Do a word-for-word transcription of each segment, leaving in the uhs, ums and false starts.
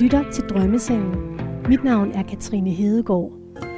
lytter til Drømmesengen. Mit navn er Katrine Hedegaard.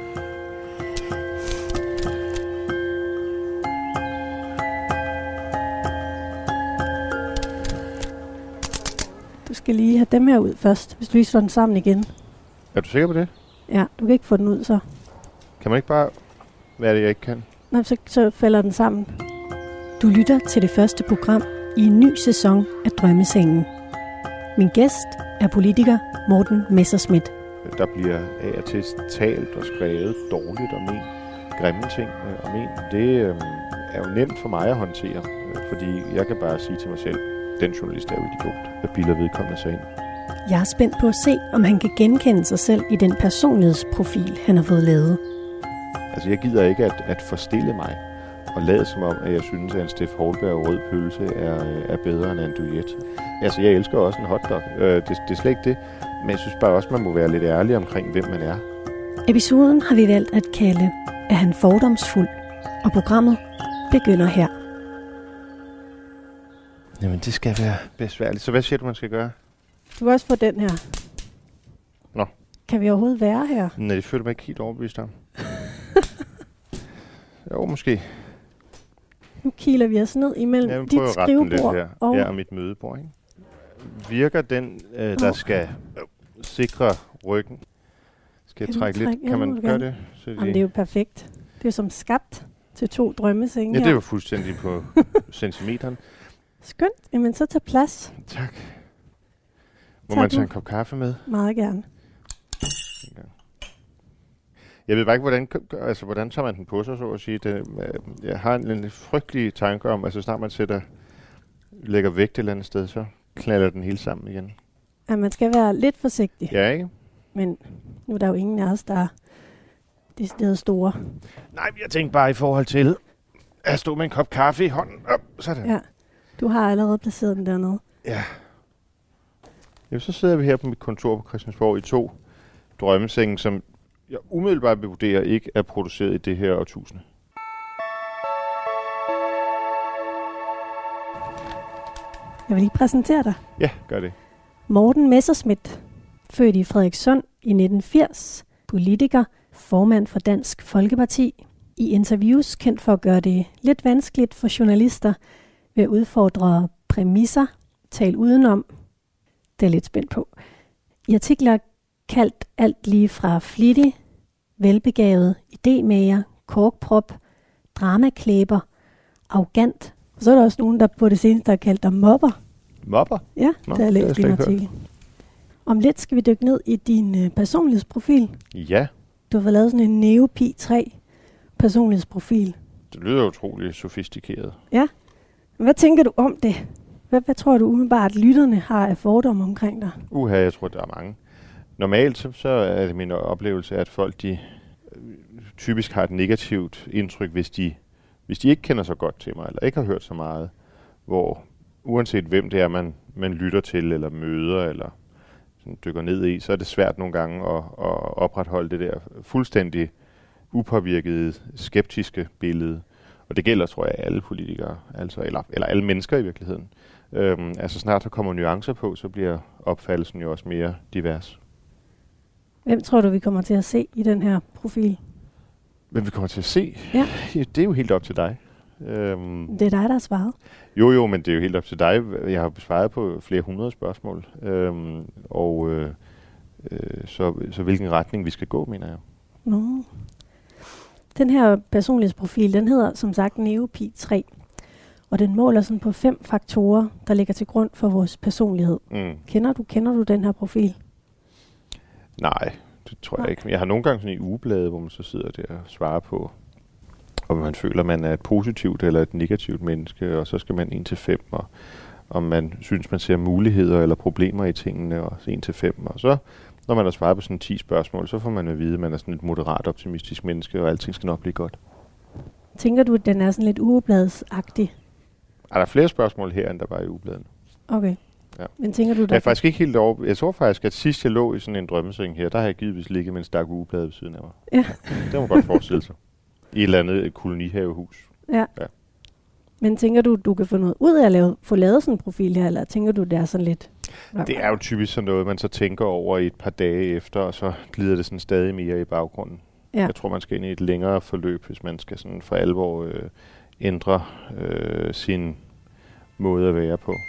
Du skal lige have dem her ud først, hvis du lige slår den sammen igen. Er du sikker på det? Ja, du kan ikke få den ud så. Kan man ikke bare... Hvad er det, jeg ikke kan? Nej, så, så falder den sammen. Du lytter til det første program i en ny sæson af Drømmesengen. Min gæst er politiker Morten Messerschmidt. Der bliver af og til talt og skrevet dårligt om en, grimme ting om en. Det øh, er jo nemt for mig at håndtere, øh, fordi jeg kan bare sige til mig selv, den journalist er jo idiot, der bilder vedkommende sig ind. Jeg er spændt på at se, om han kan genkende sig selv i den personlighedsprofil, han har fået lavet. Altså, jeg gider ikke at, at forstille mig og lade som om, at jeg synes, at en Steff Houlberg rød pølse er, er bedre end en douillet. Altså, jeg elsker også en hotdog. Øh, det, det er slet ikke det. Men jeg synes bare også, man må være lidt ærlig omkring, hvem man er. Episoden har vi valgt at kalde Er han fordomsfuld? Og programmet begynder her. Jamen, det skal være besværligt. Så hvad siger du, man skal gøre? Du kan også få den her. Nå. Kan vi overhovedet være her? Nej, det føler mig ikke helt overbevist om. Jo, måske. Nu kiler vi os ned imellem ja, dit skrivebord her. og... Ja, og mit mødebord, ikke? Virker den, øh, der oh. skal øh, sikre ryggen? Skal jeg trække lidt? Træk? Kan man gøre det? Så Jamen, det er jo perfekt. Det er som skabt til to drømmesenge. Ja, det er jo fuldstændig på centimeteren. Skønt. Jamen, så tag plads. Tak. Må man tage en kop kaffe med? Meget gerne. Jeg ved bare ikke, hvordan, altså, hvordan tager man den på sig, så at sige. Det, jeg har en, en frygtelig tanke om, at altså, så snart man sætter, lægger vægt et eller andet sted, så knalder den hele sammen igen. Ja, man skal være lidt forsigtig. Ja, ikke? Men nu er der jo ingen af os, der er det stedet store. Nej, jeg tænkte bare i forhold til at stå med en kop kaffe i hånden. Op, sådan. Ja, du har allerede placeret den dernede. Ja. Jamen, så sidder vi her på mit kontor på Christiansborg i to drømmesenge, som jeg umiddelbart vurderer ikke er produceret i det her årtusinde. Jeg vil lige præsentere dig. Ja, gør det. Morten Messerschmidt, født i Frederikssund i nitten firs, politiker, formand for Dansk Folkeparti. I interviews kendt for at gøre det lidt vanskeligt for journalister ved at udfordre præmisser, tale udenom. Det er lidt spændt på. I artikler kaldt alt lige fra flittig, velbegavet, idémager, korkprop, dramaklæber, arrogant. Og så er der også nogen, der på det seneste har kaldt dig mobber. Mobber? Ja, Nå, det har jeg læst i en artikel. Om lidt skal vi dykke ned i din uh, personlighedsprofil. Ja. Du har lavet sådan en Neopi tre personlighedsprofil. Det lyder utroligt sofistikeret. Ja. Hvad tænker du om det? Hvad, hvad tror du umiddelbart, lytterne har af fordomme omkring dig? Uha, jeg tror, der er mange. Normalt så, så er det min oplevelse, at folk de øh, typisk har et negativt indtryk, hvis de, hvis de ikke kender så godt til mig, eller ikke har hørt så meget, hvor uanset hvem det er, man, man lytter til, eller møder, eller sådan dykker ned i, så er det svært nogle gange at, at opretholde det der fuldstændig upåvirkede, skeptiske billede. Og det gælder, tror jeg, alle politikere, altså, eller, eller alle mennesker i virkeligheden. Øhm, altså snart der kommer nuancer på, så bliver opfattelsen jo også mere divers. Hvem tror du, vi kommer til at se i den her profil? Hvem vi kommer til at se? Ja. Det er jo helt op til dig. Øhm, det er dig, der har svaret. Jo, jo, men det er jo helt op til dig. Jeg har svaret på flere hundrede spørgsmål. Øhm, og øh, øh, så, så hvilken retning vi skal gå, mener jeg. Nå. Den her personlighedsprofil, den hedder som sagt Neopi tre. Og den måler sådan på fem faktorer, der ligger til grund for vores personlighed. Mm. Kender du, kender du den her profil? Nej, det tror jeg Nej. ikke. Jeg har nogle gange sådan i ugeblade, hvor man så sidder der og svarer på, om man føler, man er et positivt eller et negativt menneske, og så skal man en til fem, og om man synes, man ser muligheder eller problemer i tingene, og en til fem. Og så, når man har svaret på sådan ti spørgsmål, så får man at vide, at man er sådan et moderat optimistisk menneske, og alting skal nok blive godt. Tænker du, at den er sådan lidt ugebladsagtig? Er der flere spørgsmål her, end der var i ugebladen? Okay. Ja. Men tænker du, der jeg er faktisk ikke helt over. Jeg tror faktisk, at sidst jeg lå i sådan en drømmeseng her, der har jeg givetvis ligget med en stak ugeblad ved siden af mig. Ja. Det må man godt forestille sig. I et eller andet kolonihavehus. Ja. ja. Men tænker du, du kan få noget ud af at lave, få lavet sådan en profil her, eller tænker du, det er sådan lidt... Det er jo typisk sådan noget, man så tænker over i et par dage efter, og så glider det sådan stadig mere i baggrunden. Ja. Jeg tror, man skal ind i et længere forløb, hvis man skal sådan for alvor øh, ændre øh, sin måde at være på.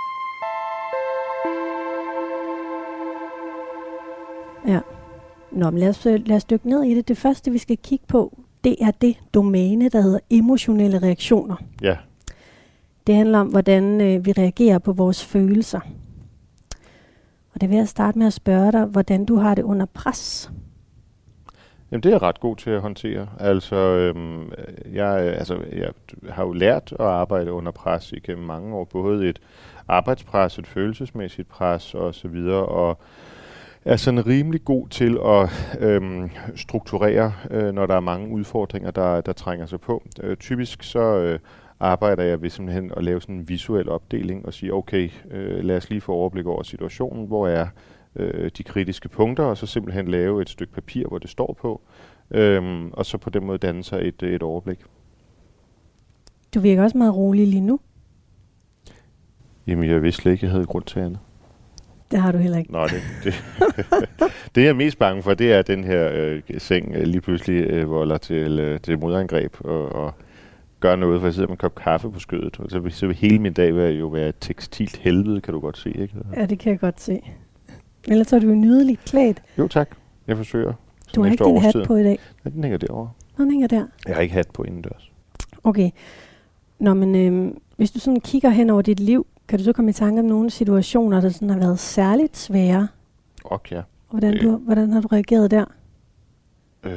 Ja. Nå, men lad os, lad os dykke ned i det. Det første, vi skal kigge på, det er det domæne, der hedder emotionelle reaktioner. Ja. Det handler om, hvordan øh, vi reagerer på vores følelser. Og det vil jeg starte med at spørge dig, hvordan du har det under pres. Jamen, det er jeg ret god til at håndtere. Altså, øhm, jeg, altså, jeg har jo lært at arbejde under pres igennem mange år. Både et arbejdspres, et følelsesmæssigt pres og så videre. Og er sådan rimelig god til at øhm, strukturere, øh, når der er mange udfordringer, der, der trænger sig på. Øh, typisk så øh, arbejder jeg ved simpelthen at lave sådan en visuel opdeling og sige, okay, øh, lad os lige få overblik over situationen, hvor er øh, de kritiske punkter, og så simpelthen lave et stykke papir, hvor det står på, øh, og så på den måde danne sig et, et overblik. Du virker også meget rolig lige nu. Jamen, jeg vidste slet ikke, jeg havde grund til andet. Det har du heller ikke. Nå, det, det, det jeg er mest bange for, det er, at den her øh, seng øh, lige pludselig øh, volder til, øh, til modangreb og, og gør noget, for jeg sidder med en kop kaffe på skødet. Og så vil, så vil hele min dag være, jo være et tekstilt helvede, kan du godt se, ikke? Ja, det kan jeg godt se. Ellers er du jo nydeligt klædt. Jo, tak. Jeg forsøger. Du har ikke din hat på i dag? Ja, den hænger derovre. Den hænger der? Jeg har ikke hat på indendørs. Okay. Nå, men øh, hvis du sådan kigger hen over dit liv, kan du så komme i tanke om nogle situationer, der sådan har været særligt svære? Okay, ja. Hvordan, du, hvordan har du reageret der? Øh,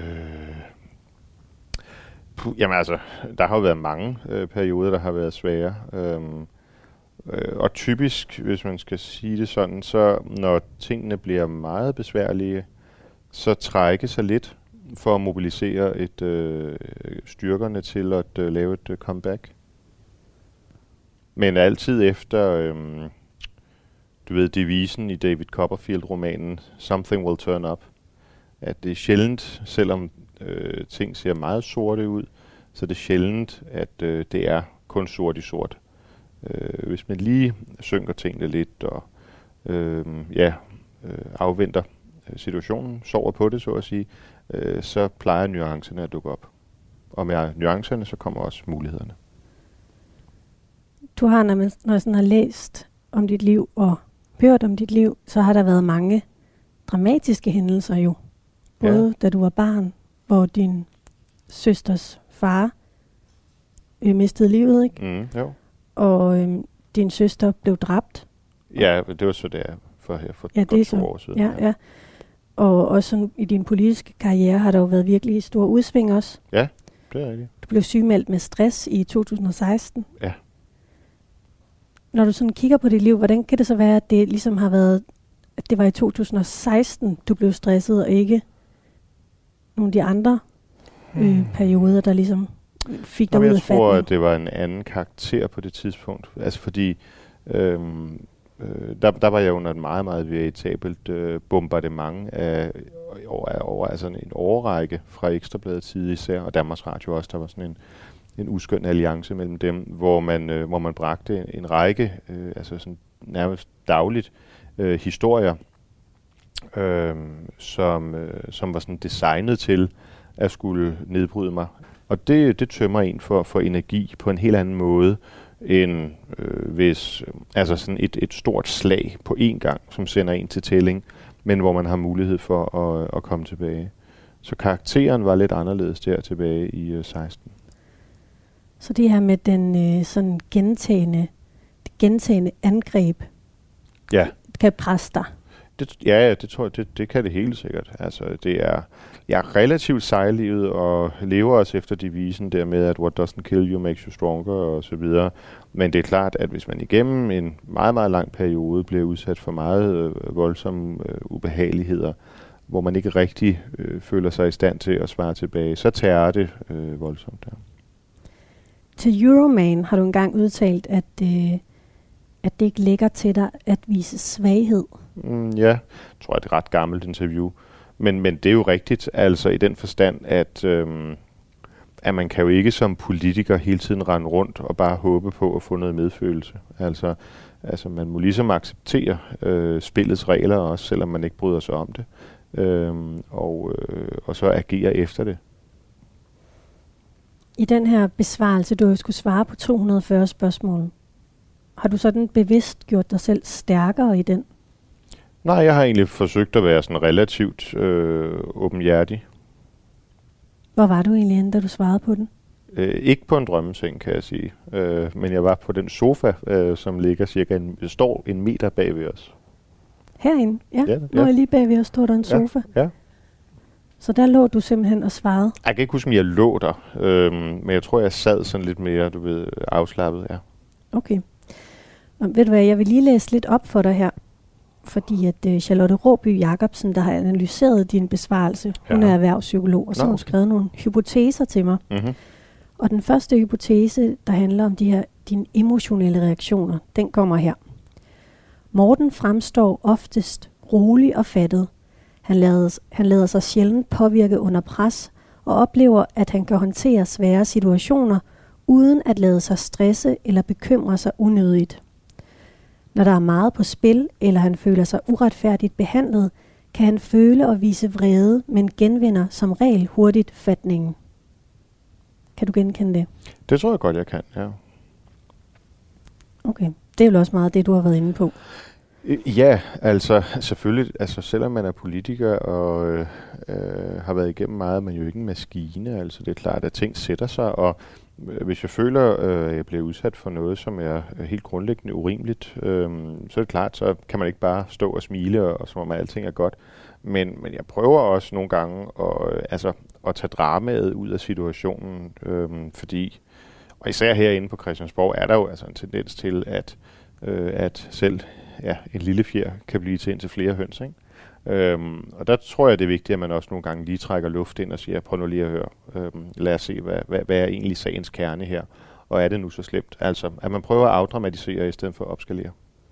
puh, jamen altså, der har jo været mange øh, perioder, der har været svære. Øhm, øh, og typisk, hvis man skal sige det sådan, så når tingene bliver meget besværlige, så trække sig lidt for at mobilisere et, øh, styrkerne til at øh, lave et øh, comeback. Men altid efter, øhm, du ved, devisen i David Copperfield-romanen, Something will turn up. At det er sjældent, selvom øh, ting ser meget sorte ud, så det er sjældent, at øh, det er kun sort i sort. Øh, hvis man lige synker tingene lidt og øh, ja, øh, afventer situationen, sover på det, så at sige, øh, så plejer nuancerne at dukke op. Og med nuancerne, så kommer også mulighederne. Du har, når, man, når jeg sådan har læst om dit liv og hørt om dit liv, så har der været mange dramatiske hændelser jo. Både ja. Da du var barn, hvor din søsters far øh, mistede livet, ikke? Mm, jo. Og øh, din søster blev dræbt. Ja, det var så der for her for ja, godt to så, år siden. Ja, ja. Og også sådan, i din politiske karriere har der jo været virkelig store udsving også. Ja, det er rigtigt. Du blev sygemeldt med stress i to tusind og seksten. Ja. Når du sådan kigger på dit liv, hvordan kan det så være, at det ligesom har været, at det var i to tusind og seksten, du blev stresset, og ikke nogle af de andre øh, hmm. perioder, der ligesom fik dig ud af fatning? Jeg tror, fatning? at det var en anden karakter på det tidspunkt. Altså fordi, øhm, øh, der, der var jeg under et meget, meget veritabelt øh, bombardement af, over, over altså en årrække fra Ekstrabladets side især, og Danmarks Radio også, der var sådan en en uskøn alliance mellem dem, hvor man, øh, hvor man bragte en, en række, øh, altså sådan nærmest dagligt, øh, historier, øh, som, øh, som var sådan designet til at skulle nedbryde mig. Og det, det tømmer en for, for energi på en helt anden måde, end øh, hvis, øh, altså sådan et, et stort slag på én gang, som sender en til tælling, men hvor man har mulighed for at, at komme tilbage. Så karakteren var lidt anderledes der tilbage i øh, seksten. Så det her med den øh, sådan gentagende, gentagende angreb, ja. kan presse dig? Det, ja, det tror jeg, det, det kan det helt sikkert. Altså, det er, jeg er relativt sejlivet og lever også efter devisen der med, at what doesn't kill you makes you stronger og så videre. Men det er klart, at hvis man igennem en meget, meget lang periode bliver udsat for meget øh, voldsomme øh, ubehageligheder, hvor man ikke rigtig øh, føler sig i stand til at svare tilbage, så tager det øh, voldsomt der. Til Euroman har du engang udtalt, at, øh, at det ikke ligger til dig at vise svaghed. Mm, ja, jeg tror, det er et ret gammelt interview. Men, men det er jo rigtigt, altså i den forstand, at, øhm, at man kan jo ikke som politiker hele tiden rende rundt og bare håbe på at få noget medfølelse. Altså, altså man må ligesom acceptere øh, spillets regler også, selvom man ikke bryder sig om det, øh, og, øh, og så agere efter det. I den her besvarelse, du skulle svare på to hundrede og fyrre spørgsmål, har du sådan bevidst gjort dig selv stærkere i den? Nej, jeg har egentlig forsøgt at være sådan relativt øh, åbenhjertig. Hvor var du egentlig henne, da du svarede på den? Øh, ikke på en drømmeseng, kan jeg sige. Øh, men jeg var på den sofa, øh, som ligger cirka en, står en meter bag ved os. Herinde? Ja, ja, når ja. jeg lige bag ved os stod der en sofa. Ja, ja. Så der lå du simpelthen og svarede? Jeg kan ikke huske, om jeg lå der, øh, men jeg tror, jeg sad sådan lidt mere, du ved, afslappet, ja. Okay. Og ved du hvad, jeg vil lige læse lidt op for dig her. Fordi at uh, Charlotte Råby Jacobsen, der har analyseret din besvarelse, hun ja. er erhvervspsykolog, og så har hun skrevet nogle hypoteser til mig. Mm-hmm. Og den første hypotese, der handler om de her, dine emotionelle reaktioner, den kommer her. Morten fremstår oftest rolig og fattet. Han lader, han lader sig sjældent påvirke under pres, og oplever, at han kan håndtere svære situationer, uden at lade sig stresse eller bekymre sig unødigt. Når der er meget på spil, eller han føler sig uretfærdigt behandlet, kan han føle og vise vrede, men genvinder som regel hurtigt fatningen. Kan du genkende det? Det tror jeg godt, jeg kan, ja. Okay, det er jo også meget det, du har været inde på. Ja, altså selvfølgelig, altså selvom man er politiker og øh, øh, har været igennem meget, man er jo ikke en maskine, altså det er klart, at ting sætter sig, og øh, hvis jeg føler, at øh, jeg bliver udsat for noget, som er helt grundlæggende urimeligt, øh, så er det klart, så kan man ikke bare stå og smile, og, og som om alting er godt. Men, men jeg prøver også nogle gange at, øh, altså, at tage dramaet ud af situationen, øh, fordi, og især herinde på Christiansborg, er der jo altså en tendens til, at, øh, at selv ja, en lille fjer kan blive til indtil flere høns, ikke? Øhm, og der tror jeg, det er vigtigt, at man også nogle gange lige trækker luft ind og siger, prøv nu lige at høre, øhm, lad os se, hvad, hvad, hvad er egentlig sagens kerne her, og er det nu så slemt? Altså, at man prøver at afdramatisere i stedet for at opskalere.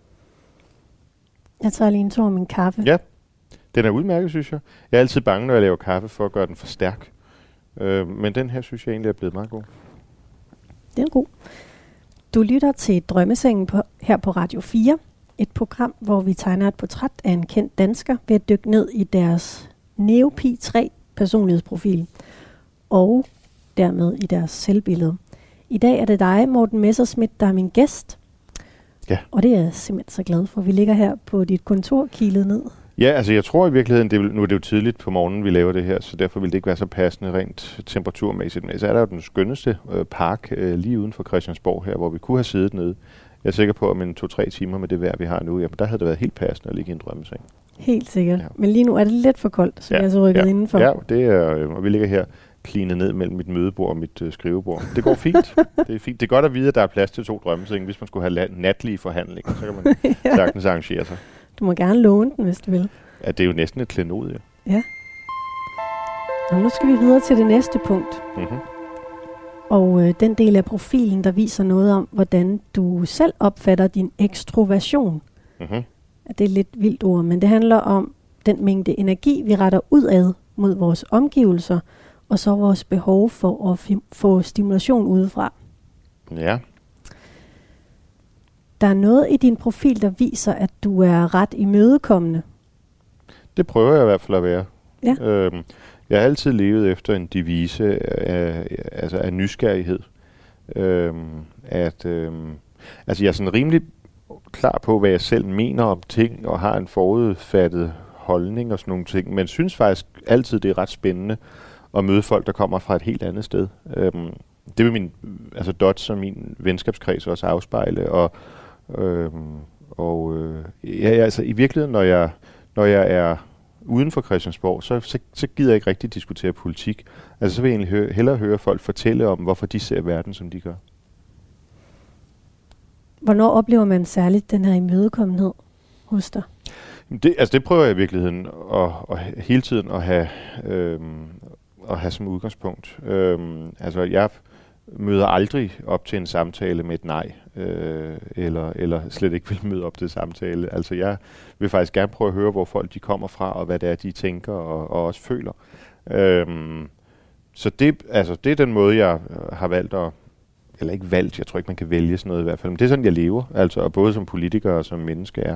Jeg tager lige en tår af min kaffe. Ja, den er udmærket, synes jeg. Jeg er altid bange, når jeg laver kaffe, for at gøre den for stærk. Øh, men den her, synes jeg egentlig er blevet meget god. Den er god. Du lytter til Drømmesengen på, her på Radio fire. Et program, hvor vi tegner et portræt af en kendt dansker ved at dykke ned i deres Neopi tre personlighedsprofil og dermed i deres selvbillede. I dag er det dig, Morten Messerschmidt, der er min gæst. Ja. Og det er jeg simpelthen så glad for. Vi ligger her på dit kontor, kilet ned. Ja, altså jeg tror i virkeligheden, det vil, nu er det jo tidligt på morgenen, vi laver det her, så derfor vil det ikke være så passende rent temperaturmæssigt. Men så er der jo den skønneste øh, park øh, lige uden for Christiansborg her, hvor vi kunne have siddet nede. Jeg er sikker på, at om to-tre timer med det vejr, vi har nu, jamen, der havde det været helt passende at ligge i en drømmeseng. Helt sikkert. Ja. Ja. Men lige nu er det lidt for koldt, så ja. jeg er så rykket ja. indenfor. Ja, det er, og vi ligger her klinet ned mellem mit mødebord og mit øh, skrivebord. Det går fint. det er fint. Det er godt at vide, at der er plads til to drømmesenge. Hvis man skulle have la- natlige forhandlinger, så kan man ja. sagtens arrangere sig. Du må gerne låne den, hvis du vil. Ja, det er jo næsten et klenod, ja. Ja. Og nu skal vi videre til det næste punkt. Mm-hmm. Og øh, den del af profilen, der viser noget om, hvordan du selv opfatter din ekstroversion. Mm-hmm. Det er et lidt vildt ord, men det handler om den mængde energi, vi retter udad mod vores omgivelser, og så vores behov for at f- få stimulation udefra. Ja. Der er noget i din profil, der viser, at du er ret imødekommende. Det prøver jeg i hvert fald at være. Ja. Øhm, jeg har altid levet efter en devise af, altså af nysgerrighed. Øhm, at, øhm, altså jeg er sådan rimelig klar på, hvad jeg selv mener om ting, og har en forudfattet holdning og sådan nogle ting, men synes faktisk altid, det er ret spændende at møde folk, der kommer fra et helt andet sted. Øhm, det vil min, altså Dots og min venskabskreds også afspejle, og, øhm, og øh, ja, altså i virkeligheden, når jeg, når jeg er uden for Christiansborg, så, så, så gider jeg ikke rigtig diskutere politik. Altså så vil jeg egentlig høre, hellere høre folk fortælle om, hvorfor de ser verden, som de gør. Hvornår oplever man særligt den her imødekommenhed hos dig? Det, altså det prøver jeg i virkeligheden at, at hele tiden at have, øhm, at have som udgangspunkt. Øhm, altså jeg møder aldrig op til en samtale med et nej, øh, eller, eller slet ikke vil møde op til samtale. Altså jeg vil faktisk gerne prøve at høre, hvor folk de kommer fra, og hvad det er, de tænker og, og også føler. Øhm, så det, altså, det er den måde, jeg har valgt at, eller ikke valgt, jeg tror ikke, man kan vælge sådan noget i hvert fald, men det er sådan, jeg lever, altså, og både som politiker og som menneske er.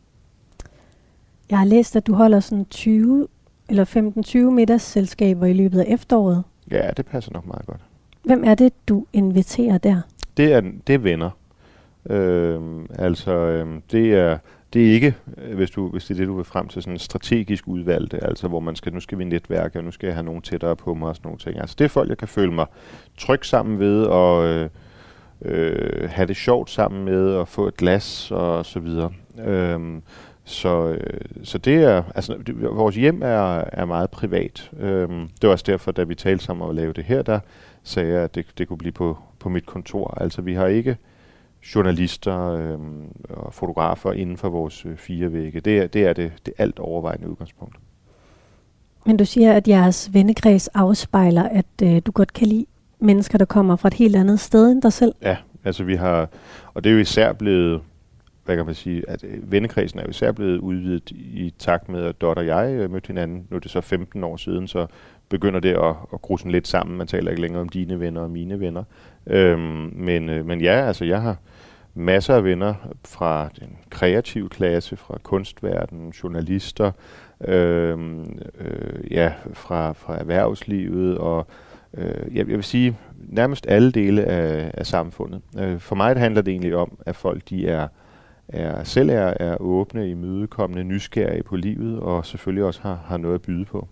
Jeg har læst, at du holder sådan tyve eller femten til tyve middagsselskaber i løbet af efteråret. Ja, det passer nok meget godt. Hvem er det, du inviterer der? Det er, det er venner. Øh, altså, øh, det er det er ikke, hvis, du, hvis det er det, du vil frem til, sådan strategisk udvalgte, altså hvor man skal, nu skal vi netværke, og nu skal jeg have nogen tættere på mig og sådan nogle ting. Altså det er folk, jeg kan føle mig tryg sammen ved, og øh, øh, have det sjovt sammen med, og få et glas og så videre. Øh, så, øh, så det er, altså det, vores hjem er, er meget privat. Øh, det var også derfor, da vi talte sammen om at lave det her, der sagde jeg, at det, det kunne blive på, på mit kontor. Altså vi har ikke journalister øh, og fotografer inden for vores øh, fire vægge. Det er det, er det, det alt overvejende udgangspunkt. Men du siger, at jeres vennekreds afspejler, at øh, du godt kan lide mennesker, der kommer fra et helt andet sted end dig selv? Ja, altså vi har, og det er jo især blevet, hvad kan man sige, at øh, vennekredsen er jo især blevet udvidet i takt med, at Dot og jeg øh, mødte hinanden. Nu er det så femten år siden, så begynder det at, at gruse lidt sammen. Man taler ikke længere om dine venner og mine venner. Øhm, men, øh, men ja, altså jeg har masser af venner fra den kreative klasse, fra kunstverdenen, journalister, øh, øh, ja, fra, fra erhvervslivet og øh, jeg, jeg vil sige nærmest alle dele af, af samfundet. Øh, for mig handler det egentlig om, at folk de er, er selv er, er åbne, imødekommende, nysgerrige på livet og selvfølgelig også har, har noget at byde på.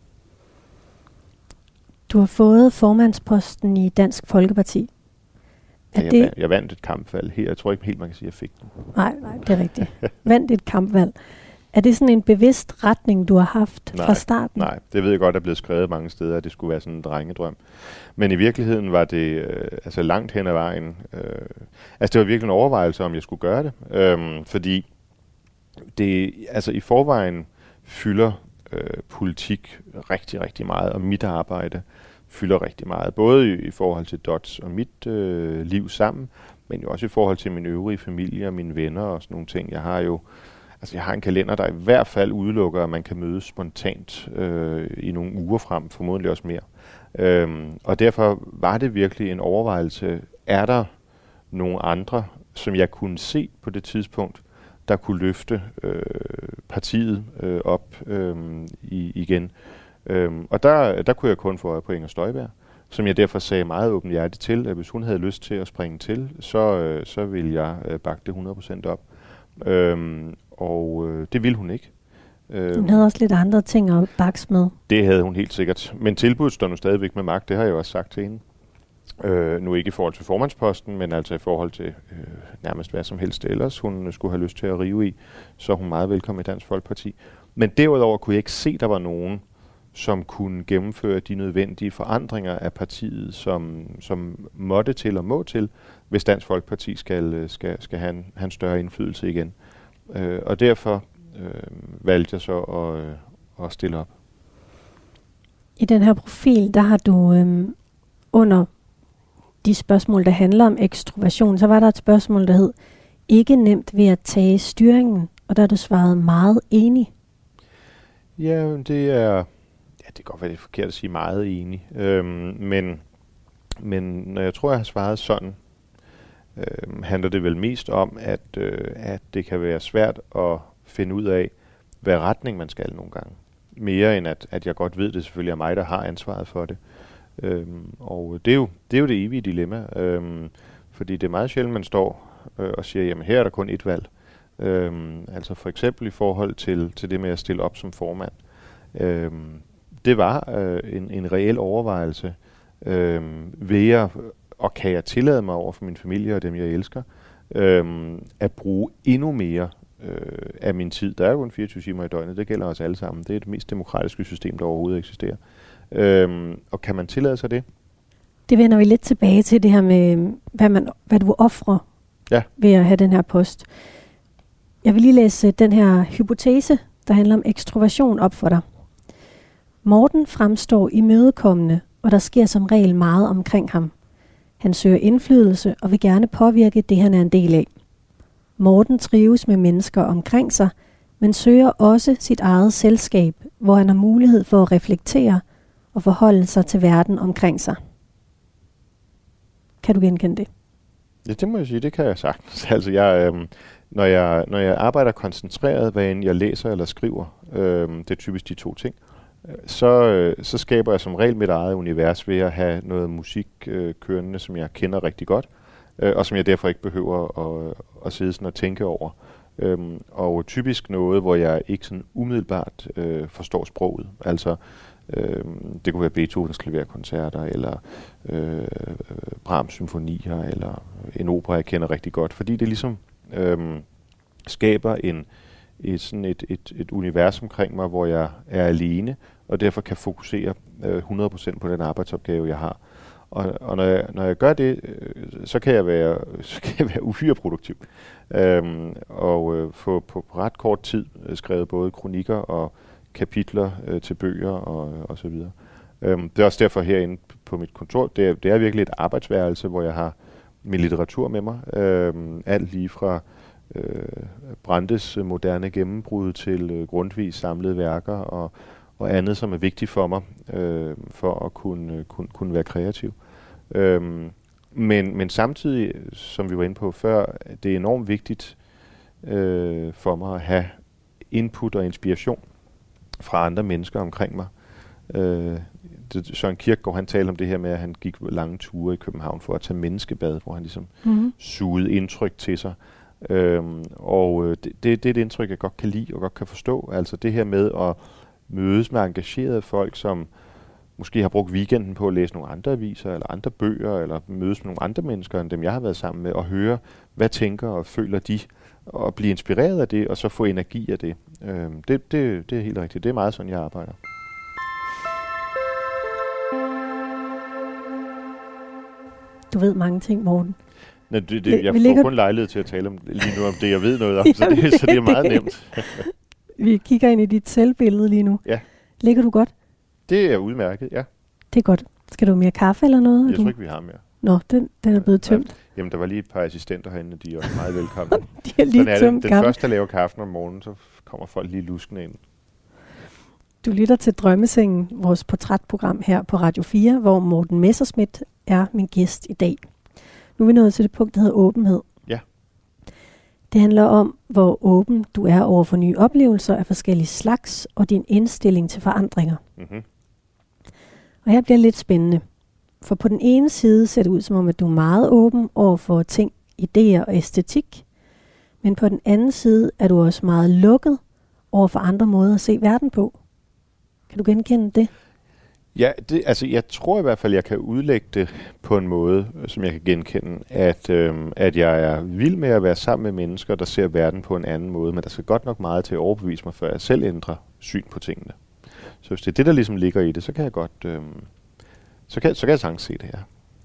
Du har fået formandsposten i Dansk Folkeparti. Ja, jeg, det... jeg vandt et kampvalg her. Jeg tror ikke helt, man kan sige, at jeg fik den. Nej, nej, det er rigtigt. Vandt et kampvalg. Er det sådan en bevidst retning, du har haft nej, fra starten? Nej, det ved jeg godt, der er blevet skrevet mange steder, at det skulle være sådan en drengedrøm. Men i virkeligheden var det øh, altså langt hen ad vejen. Øh, altså det var virkelig en overvejelse, om jeg skulle gøre det. Øh, fordi det, altså i forvejen fylder øh, politik rigtig, rigtig meget, og mit arbejde fylder rigtig meget, både i, i forhold til Dots og mit øh, liv sammen, men jo også i forhold til min øvrige familie og mine venner og sådan nogle ting. Jeg har jo, altså jeg har en kalender, der i hvert fald udelukker, at man kan mødes spontant øh, i nogle uger frem, formodentlig også mere. Øhm, og derfor var det virkelig en overvejelse, er der nogle andre, som jeg kunne se på det tidspunkt, der kunne løfte øh, partiet øh, op øh, i, igen. Øhm, og der, der kunne jeg kun få øje på Inger Støjberg, som jeg derfor sagde meget åbenhjertigt til, at hvis hun havde lyst til at springe til, så, øh, så ville jeg øh, bakke det hundrede procent op. Øhm, og øh, det ville hun ikke. Øhm, hun havde også lidt andre ting at bakse med. Det havde hun helt sikkert. Men tilbuddet står nu stadigvæk med magt, det har jeg også sagt til hende. Øh, nu ikke i forhold til formandsposten, men altså i forhold til øh, nærmest hvad som helst ellers, hun skulle have lyst til at rive i, så er hun meget velkommen i Dansk Folkeparti. Men derudover kunne jeg ikke se, at der var nogen, som kunne gennemføre de nødvendige forandringer af partiet, som, som måtte til og må til, hvis Dansk Folkeparti skal, skal, skal have, en, have en større indflydelse igen. Øh, og derfor øh, valgte jeg så at, øh, at stille op. I den her profil, der har du øh, under de spørgsmål, der handler om ekstroversion, så var der et spørgsmål, der hed, ikke nemt ved at tage styringen, og der har du svaret meget enig. Ja, det er, ja, det kan godt være, det er forkert at sige meget enig, øhm, men, men når jeg tror, jeg har svaret sådan, øhm, handler det vel mest om, at, øh, at det kan være svært at finde ud af, hvad retning man skal nogle gange. Mere end at, at jeg godt ved, det selvfølgelig er mig, der har ansvaret for det. Øhm, og det er, jo, det er jo det evige dilemma, øhm, fordi det er meget sjældent, man står øh, og siger, jamen her er der kun et valg. Øhm, altså for eksempel i forhold til, til det med at stille op som formand. Øhm, det var øh, en, en reel overvejelse. Øhm, vil jeg, og kan jeg tillade mig over for min familie og dem, jeg elsker, øhm, at bruge endnu mere øh, af min tid. Der er jo kun fireogtyve timer i døgnet, det gælder os alle sammen. Det er det mest demokratiske system, der overhovedet eksisterer. Øhm, og kan man tillade sig det? Det vender vi lidt tilbage til, det her med, hvad, man, hvad du offrer ja. ved at have den her post. Jeg vil lige læse den her hypotese, der handler om ekstroversion op for dig. Morten fremstår imødekommende, og der sker som regel meget omkring ham. Han søger indflydelse og vil gerne påvirke det, han er en del af. Morten trives med mennesker omkring sig, men søger også sit eget selskab, hvor han har mulighed for at reflektere og forholde sig til verden omkring sig. Kan du genkende det? Ja, det må jeg sige, det kan jeg sagtens. Altså, jeg, øh, når, jeg, når jeg arbejder koncentreret, hvad end jeg læser eller skriver, øh, det er typisk de to ting, så, øh, så skaber jeg som regel mit eget univers ved at have noget musik øh, kørende, som jeg kender rigtig godt, øh, og som jeg derfor ikke behøver at, at sidde sådan og tænke over. Øhm, og typisk noget, hvor jeg ikke sådan umiddelbart øh, forstår sproget. Altså, øh, det kunne være Beethovens klaverkoncerter, eller øh, Brahms symfonier, eller en opera, jeg kender rigtig godt. Fordi det ligesom øh, skaber en, et, sådan et, et, et univers omkring mig, hvor jeg er alene, og derfor kan fokusere øh, hundrede procent på den arbejdsopgave, jeg har. Og, og når, jeg, når jeg gør det, øh, så kan jeg være, så kan jeg være uhyre produktiv. Øhm, og øh, få på ret kort tid øh, skrevet både kronikker og kapitler øh, til bøger og, og så videre. Øhm, det er også derfor herinde på mit kontor, det er, det er virkelig et arbejdsværelse, hvor jeg har min litteratur med mig. Øhm, alt lige fra øh, Brandes moderne gennembrud til øh, Grundtvigs samlede værker og og andet, som er vigtigt for mig, øh, for at kunne, kunne, kunne være kreativ. Øhm, men, men samtidig, som vi var inde på før, det er enormt vigtigt øh, for mig at have input og inspiration fra andre mennesker omkring mig. Øh, det, Søren Kierkegaard, han talte om det her med, at han gik lange ture i København for at tage menneskebad, hvor han ligesom mm-hmm. sugede indtryk til sig. Øhm, og det, det, det er et indtryk, jeg godt kan lide og godt kan forstå. Altså det her med at mødes med engagerede folk, som måske har brugt weekenden på at læse nogle andre aviser, eller andre bøger, eller mødes med nogle andre mennesker, end dem jeg har været sammen med, og høre, hvad tænker og føler de, og blive inspireret af det, og så få energi af det. Øhm, det, det, det er helt rigtigt. Det er meget sådan, jeg arbejder. Du ved mange ting, Morten. Nå, det, det, jeg får ligger... kun lejlighed til at tale om, lige nu om det, jeg ved noget om, så, det, så det er meget nemt. Vi kigger ind i dit selvbillede lige nu. Ja. Ligger du godt? Det er udmærket, ja. Det er godt. Skal du have mere kaffe eller noget? Jeg du? tror ikke, vi har mere. Nå, den, den er blevet tømt. Jamen, der var lige et par assistenter herinde, de er også meget velkomne. De er lige Sådan tømt. Den kaffe. første, der laver kaffen om morgenen, så kommer folk lige luskende ind. Du lytter til Drømmesengen, vores portrætprogram her på Radio fire, hvor Morten Messerschmidt er min gæst i dag. Nu er vi nået til det punkt, der hedder åbenhed. Ja. Det handler om, hvor åben du er over for nye oplevelser af forskellige slags, og din indstilling til forandringer. Mm-hmm. Og her bliver det lidt spændende. For på den ene side ser det ud som om, at du er meget åben over for ting, idéer og æstetik. Men på den anden side er du også meget lukket over for andre måder at se verden på. Kan du genkende det? Ja, det, altså jeg tror i hvert fald, jeg kan udlægge det på en måde, som jeg kan genkende, at, øhm, at jeg er vild med at være sammen med mennesker, der ser verden på en anden måde, men der skal godt nok meget til at overbevise mig, før jeg selv ændrer syn på tingene. Så hvis det er det, der ligesom ligger i det, så kan jeg godt, øhm, så kan, så kan jeg sagtens se det her.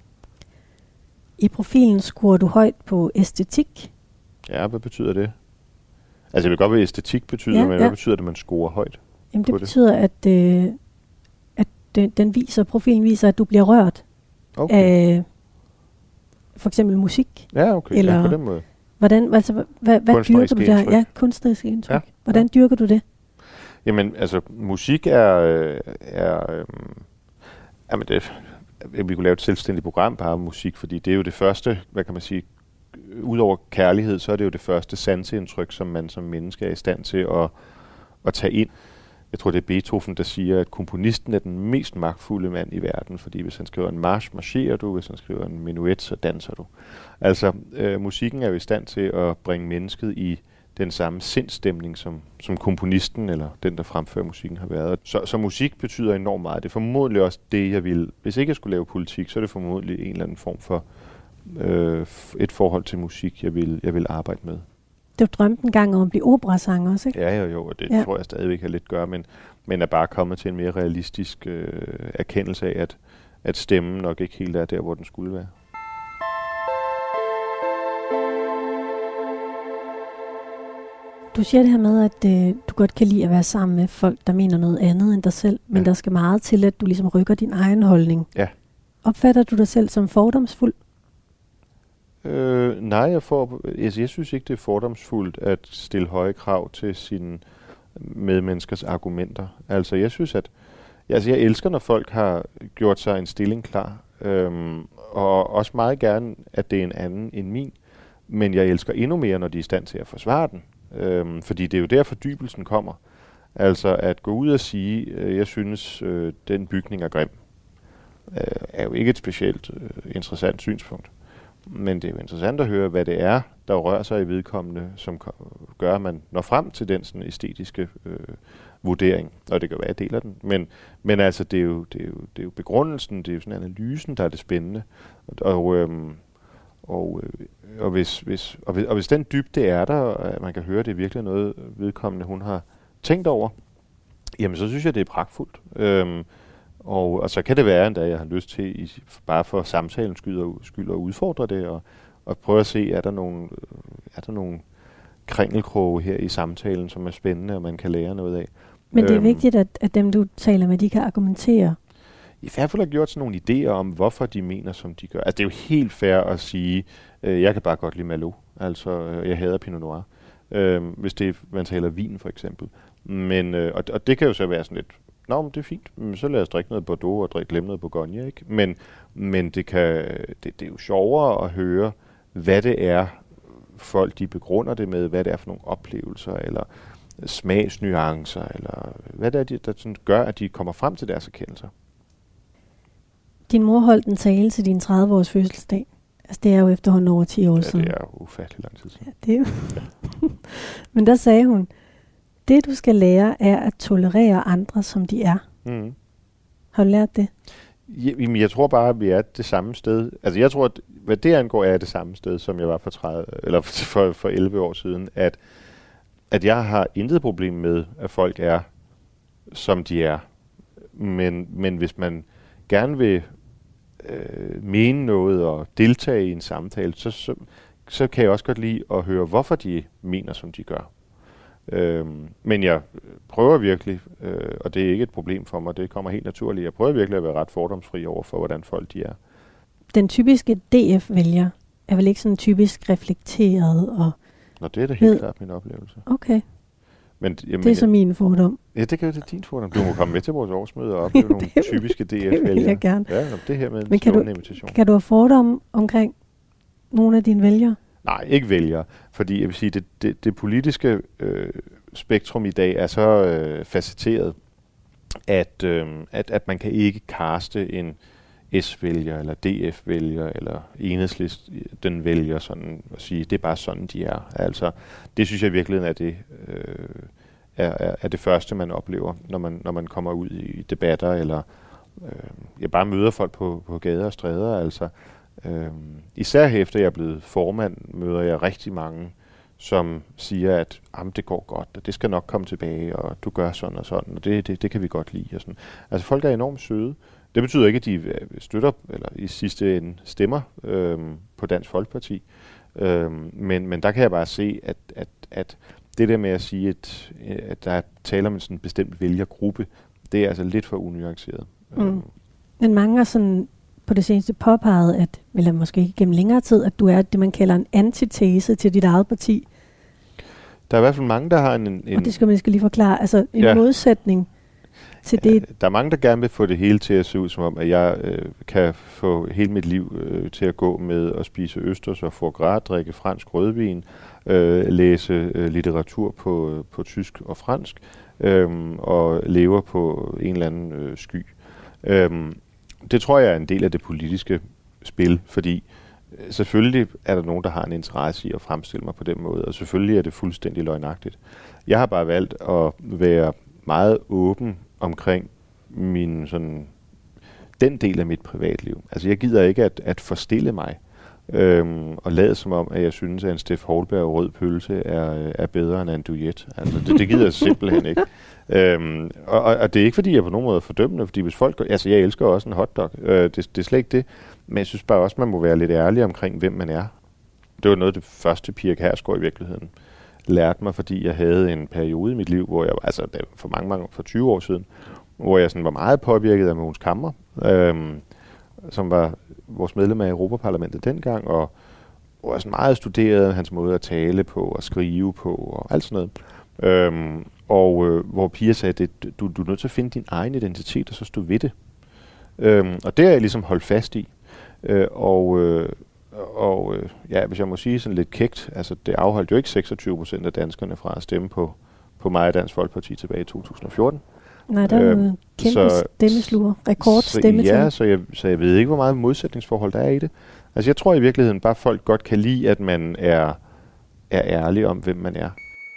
I profilen scorer du højt på æstetik. Ja, hvad betyder det? Altså jeg vil godt være, æstetik betyder, ja, men ja. hvad betyder det, at man scorer højt? Jamen det betyder, det? at, øh, at den, den viser, profilen viser, at du bliver rørt okay. af for eksempel musik. Ja, okay. Eller ja, på den måde. Hvordan, altså, hvad, hvad dyrker du der? Ja, kunstnerisk indtryk. Ja. Hvordan ja. dyrker du det? Jamen, altså, musik er... er øh, jamen, det, vi kunne lave et selvstændigt program bare om musik, fordi det er jo det første, hvad kan man sige, udover kærlighed, så er det jo det første sanseindtryk, som man som menneske er i stand til at, at tage ind. Jeg tror, det er Beethoven, der siger, at komponisten er den mest magtfulde mand i verden, fordi hvis han skriver en march, marcherer du, hvis han skriver en menuet, så danser du. Altså, øh, musikken er jo i stand til at bringe mennesket i den samme sindsstemning, som, som komponisten eller den, der fremfører musikken har været. Så, så musik betyder enormt meget. Det er formodentlig også det, jeg vil. Hvis ikke jeg skulle lave politik, så er det formodentlig en eller anden form for øh, et forhold til musik, jeg vil, jeg vil arbejde med. Du drømte en gang om at blive operasanger også, ikke? Ja, jo, jo, og det ja. tror jeg stadigvæk har lidt gøre, men, men er bare kommet til en mere realistisk øh, erkendelse af, at, at stemmen nok ikke helt er der, hvor den skulle være. Du siger det her med, at øh, du godt kan lide at være sammen med folk, der mener noget andet end dig selv, men ja. der skal meget til, at du ligesom rykker din egen holdning. Ja. Opfatter du dig selv som fordomsfuld? Øh, nej, jeg, får, altså, jeg synes ikke, det er fordomsfuldt at stille høje krav til sine medmenneskers argumenter. Altså, jeg synes, at, altså jeg elsker, når folk har gjort sig en stilling klar, øhm, og også meget gerne, at det er en anden end min, men jeg elsker endnu mere, når de er i stand til at forsvare den, øhm, fordi det er jo der fordybelsen kommer. Altså at gå ud og sige, øh, jeg synes, øh, den bygning er grim, øh, er jo ikke et specielt øh, interessant synspunkt. Men det er jo interessant at høre, hvad det er, der rører sig i vedkommende, som gør, at man når frem til den sådan æstetiske øh, vurdering. Og det kan være, at jeg deler den. Men, men altså, det er, jo, det, er jo, det er jo begrundelsen, det er jo sådan analysen, der er det spændende. Og, øhm, og, øh, og, hvis, hvis, og, hvis, og hvis den dybde er der, og man kan høre, det er virkelig noget vedkommende, hun har tænkt over, jamen så synes jeg, det er pragtfuldt. Øhm, Og, og så kan det være, at jeg har lyst til, i, bare for samtalens skyld, skyld at udfordre det, og, og prøve at se, er der nogle, er der nogle kringelkroge her i samtalen, som er spændende, og man kan lære noget af. Men det er øhm, vigtigt, at, at dem, du taler med, de kan argumentere. I hvert fald har gjort sådan nogle idéer om, hvorfor de mener, som de gør. Altså, det er jo helt fair at sige, øh, jeg kan bare godt lide Merlot. Altså, øh, jeg hader Pinot Noir. Øh, hvis det er, man taler vin, for eksempel. Men, øh, og, og det kan jo så være sådan lidt, nå, men det er fint. Så lad os drikke noget Bordeaux og drikke glemme noget Bourgogne, ikke? Men, men det, kan, det, det er jo sjovere at høre, hvad det er, folk de begrunder det med, hvad det er for nogle oplevelser, eller smagsnuancer, eller hvad det er, de, der sådan gør, at de kommer frem til deres erkendelser. Din mor holdt en tale til din tredive-års fødselsdag. Altså, det er jo efterhånden over ti år siden. Ja, det er jo ufattelig lang tid siden. Ja, det er jo. Men der sagde hun, det du skal lære er at tolerere andre, som de er. Mm. Har du lært det? Jamen, jeg tror bare, at vi er det samme sted. Altså, jeg tror, at hvad det angår, er jeg det samme sted, som jeg var for, tredive, eller for, for elleve år siden. At, at jeg har intet problem med, at folk er, som de er. Men, men hvis man gerne vil øh, mene noget og deltage i en samtale, så, så, så kan jeg også godt lide at høre, hvorfor de mener, som de gør. Øhm, men jeg prøver virkelig, øh, og det er ikke et problem for mig, det kommer helt naturligt, jeg prøver virkelig at være ret fordomsfri over for, hvordan folk de er. Den typiske D F-vælger er vel ikke sådan typisk reflekteret og... Nå, det er da helt ved... klart min oplevelse. Okay. Men, jamen, det er så min fordom. Ja, det kan det din fordom. Du må komme med til vores årsmøde og opleve nogle typiske D F-vælgere. Det vil jeg gerne. Ja, det her med en Men kan du, invitation. Kan du have fordomme omkring nogle af dine vælgere? Nej, ikke vælgere, fordi jeg vil sige, det, det, det politiske øh, spektrum i dag er så øh, facetteret, at, øh, at, at man kan ikke kaste en S-vælger, eller D F-vælger, eller Enhedslisten vælger sådan, og sige, det er bare sådan, de er. Altså, det synes jeg virkelig er det, øh, er, er, er det første, man oplever, når man, når man kommer ud i debatter, eller øh, jeg bare møder folk på, på gader og stræder, altså. Øhm, især efter jeg er blevet formand, møder jeg rigtig mange, som siger, at det går godt, og det skal nok komme tilbage, og du gør sådan og sådan, og det, det, det kan vi godt lide. Og sådan. Altså folk er enormt søde. Det betyder ikke, at de støtter, eller i sidste ende stemmer øhm, på Dansk Folkeparti. Øhm, men, men der kan jeg bare se, at, at, at det der med at sige, at, at der taler om en sådan bestemt vælgergruppe, det er altså lidt for unuanceret. Mm. Øhm. Men mange er sådan på det seneste påpeget, at, eller måske ikke gennem længere tid, at du er det, man kalder en antitese til dit eget parti. Der er i hvert fald mange, der har en... en og det skal man skal lige forklare. Altså en ja. modsætning til ja, det. Der er mange, der gerne vil få det hele til at se ud, som om, at jeg øh, kan få hele mit liv øh, til at gå med at spise østers og foie gras, drikke fransk rødvin, øh, læse øh, litteratur på, på tysk og fransk, øh, og lever på en eller anden øh, sky. Øh, Det tror jeg er en del af det politiske spil, fordi selvfølgelig er der nogen, der har en interesse i at fremstille mig på den måde, og selvfølgelig er det fuldstændig løgnagtigt. Jeg har bare valgt at være meget åben omkring min sådan, den del af mit privatliv. Altså jeg gider ikke at, at forstille mig øhm, og lade som om, at jeg synes, at en Steff Houlberg rød pølse er, er bedre end en douillet. Altså det, det gider jeg simpelthen ikke. Øhm, og, og det er ikke fordi jeg på nogen måde er fordømmende, fordi hvis folk, altså jeg elsker også en hotdog, øh, det, det er slet ikke det, men jeg synes bare også man må være lidt ærlig omkring hvem man er. Det var noget af det første Pia Kjærsgaard i virkeligheden lærte mig, fordi jeg havde en periode i mit liv, hvor jeg altså for mange mange for tyve år siden, hvor jeg sådan var meget påvirket af Mogens Camre, øhm, som var vores medlem af Europaparlamentet dengang, og hvor jeg sådan meget studerede hans måde at tale på og skrive på og alt sådan noget. Øhm, og øh, hvor Pia sagde, at du, du er nødt til at finde din egen identitet, og så stå ved det. Øhm, og det er jeg ligesom holdt fast i. Øh, og øh, og øh, ja, hvis jeg må sige sådan lidt kægt, altså det afholdt jo ikke seksogtyve procent af danskerne fra at stemme på, på mig og Dansk Folkeparti tilbage i to tusind og fjorten. Nej, der er jo øhm, kæmpe så, stemmesluger, rekordstemmetal. Ja, så jeg, så jeg ved ikke, hvor meget modsætningsforhold der er i det. Altså jeg tror i virkeligheden bare, folk godt kan lide, at man er, er ærlig om, hvem man er.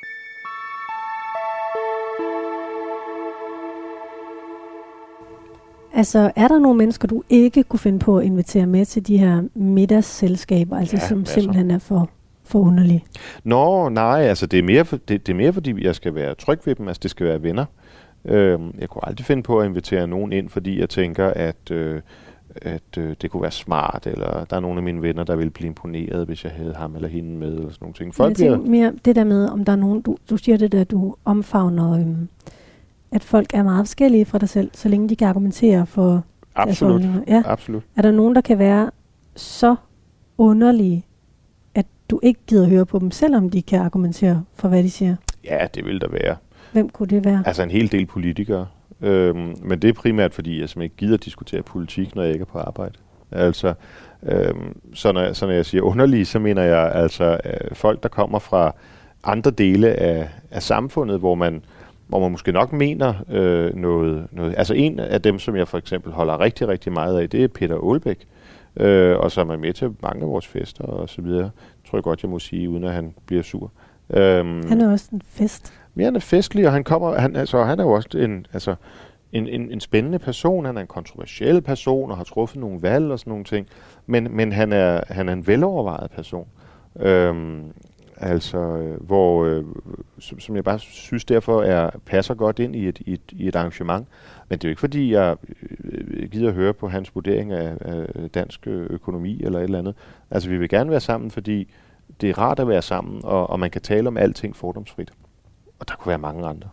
Altså, er der nogle mennesker, du ikke kunne finde på at invitere med til de her middagsselskaber, altså ja, som masser. Simpelthen er for, for underlige? Nå, nej, altså det er, mere for, det, det er mere fordi, jeg skal være tryg ved dem, altså det skal være venner. Øhm, jeg kunne aldrig finde på at invitere nogen ind, fordi jeg tænker, at, øh, at øh, det kunne være smart, eller der er nogle af mine venner, der ville blive imponeret, hvis jeg havde ham eller hende med, eller sådan nogle ting. Folk jeg tænker mere det der med, om der er nogen, du, du siger det der, du omfavner, øhm, at folk er meget forskellige fra dig selv, så længe de kan argumentere for deres holdninger. Ja. Absolut. Er der nogen, der kan være så underlige, at du ikke gider høre på dem, selvom de kan argumentere for, hvad de siger? Ja, det vil der være. Hvem kunne det være? Altså en hel del politikere. Øhm, men det er primært, fordi jeg simpelthen ikke gider diskutere politik, når jeg ikke er på arbejde. Altså, øhm, så, når jeg, så når jeg siger underlige, så mener jeg altså øh, folk, der kommer fra andre dele af, af samfundet, hvor man hvor man måske nok mener øh, noget, noget. Altså en af dem, som jeg for eksempel holder rigtig, rigtig meget af, det er Peter Aalbæk, øh, og som er med til mange af vores fester og så videre. Tror jeg godt, jeg må sige, uden at han bliver sur. Øhm, han er også en fest. Ja, han er festlig, og han kommer, han, altså, han er jo også en, altså, en, en, en spændende person. Han er en kontroversiel person og har truffet nogle valg og sådan nogle ting. Men, men han, er, han er en velovervejet person. Øhm, Altså, øh, hvor, øh, som, som jeg bare synes derfor er, passer godt ind i et, i, et, i et arrangement. Men det er jo ikke fordi, jeg øh, gider høre på hans vurdering af, af dansk økonomi eller et eller andet. Altså, vi vil gerne være sammen, fordi det er rart at være sammen, og, og man kan tale om alting fordomsfrit. Og der kunne være mange andre.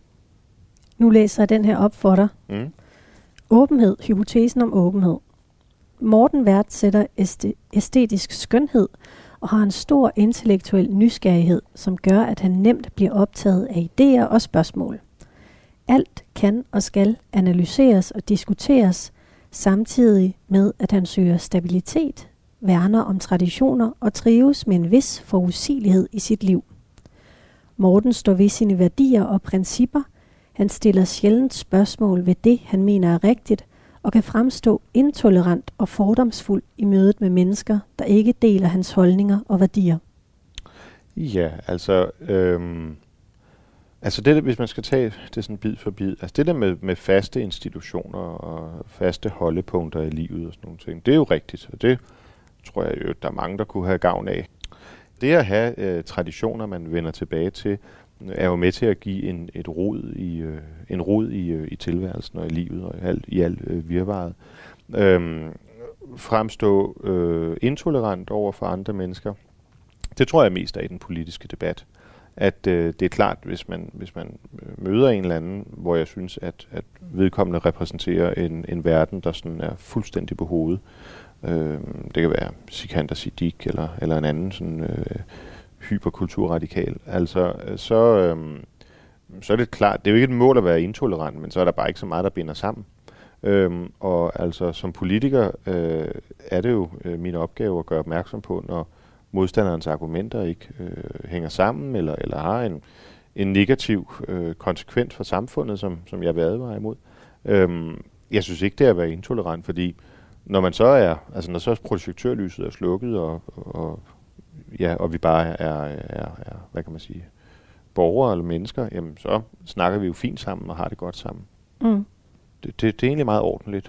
Nu læser jeg den her op for dig. Mm. Åbenhed. Hypotesen om åbenhed. Morten værdsætter æstetisk skønhed, og har en stor intellektuel nysgerrighed, som gør, at han nemt bliver optaget af idéer og spørgsmål. Alt kan og skal analyseres og diskuteres, samtidig med, at han søger stabilitet, værner om traditioner og trives med en vis forudsigelighed i sit liv. Morten står ved sine værdier og principper. Han stiller sjældent spørgsmål ved det, han mener er rigtigt, og kan fremstå intolerant og fordomsfuld i mødet med mennesker, der ikke deler hans holdninger og værdier. Ja, altså, øhm, altså det, hvis man skal tage det sådan bid for bid, altså det der med, med faste institutioner og faste holdepunkter i livet og sådan nogle ting, det er jo rigtigt, og det tror jeg jo, der er mange, der kunne have gavn af. Det at have øh, traditioner, man vender tilbage til, er jo med til at give en, et rod i, øh, en rod i, øh, i tilværelsen og i livet og i alt, i alt øh, virvaret. Øhm, fremstå øh, intolerant over for andre mennesker. Det tror jeg mest er i den politiske debat. At øh, det er klart, hvis man, hvis man møder en eller anden, hvor jeg synes, at, at vedkommende repræsenterer en, en verden, der sådan er fuldstændig på hovedet. Øh, det kan være Sikander Siddiq eller, eller en anden sådan øh, hyperkulturradikal. Altså, så, øhm, så er det klart, det er jo ikke et mål at være intolerant, men så er der bare ikke så meget, der binder sammen. Øhm, og altså, som politiker øh, er det jo øh, min opgave at gøre opmærksom på, når modstanderens argumenter ikke øh, hænger sammen, eller, eller har en, en negativ øh, konsekvens for samfundet, som, som jeg vil advare imod. Øhm, jeg synes ikke, det er at være intolerant, fordi når man så er, altså når så projektørlyset er slukket, og, og ja, og vi bare er, er, er, hvad kan man sige, borgere eller mennesker, jamen så snakker vi jo fint sammen og har det godt sammen. Mm. Det, det, det er egentlig meget ordentligt.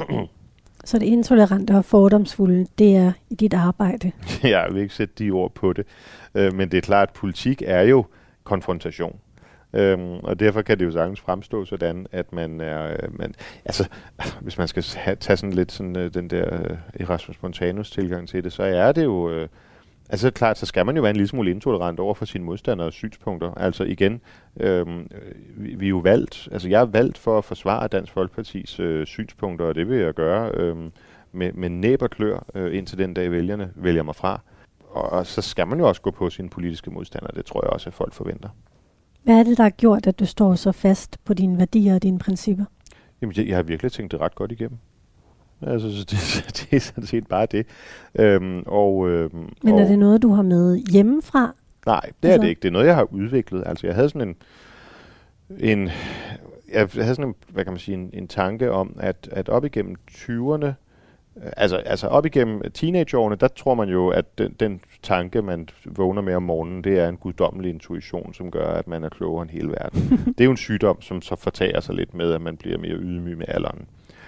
Så det intolerante og fordomsfulde, det er i dit arbejde? Jeg vil ikke sætte de ord på det, øh, men det er klart, at politik er jo konfrontation. Øhm, og derfor kan det jo sagtens fremstå sådan, at man er, øh, man, altså, hvis man skal ha- tage sådan lidt sådan, øh, den der øh, Erasmus Montanus tilgang til det, så er det jo, øh, altså klart, så skal man jo være en lille smule intolerant over for sine modstanders synspunkter. Altså igen, øh, vi, vi er jo valgt, altså jeg er valgt for at forsvare Dansk Folkepartis øh, synspunkter, og det vil jeg gøre øh, med, med næb og klør, øh, indtil den dag vælgerne vælger mig fra. Og, og så skal man jo også gå på sine politiske modstandere, det tror jeg også, at folk forventer. Hvad er det, der har gjort, at du står så fast på dine værdier og dine principper? Jamen, jeg, jeg har virkelig tænkt det ret godt igennem. Altså, så det, det er sådan set bare det. Øhm, og, øhm, Men og, er det noget, du har med hjemmefra? Nej, det er altså? det ikke. Det er noget, jeg har udviklet. Altså, jeg havde sådan en, en jeg havde sådan en, hvad kan man sige, en, en tanke om, at, at op igennem tyverne, altså, altså op igennem teenageårene, der tror man jo, at den, den tanke, man vågner med om morgenen, det er en guddommelig intuition, som gør, at man er klogere end hele verden. Det er jo en sygdom, som så fortager sig lidt med, at man bliver mere ydmyg med alderen.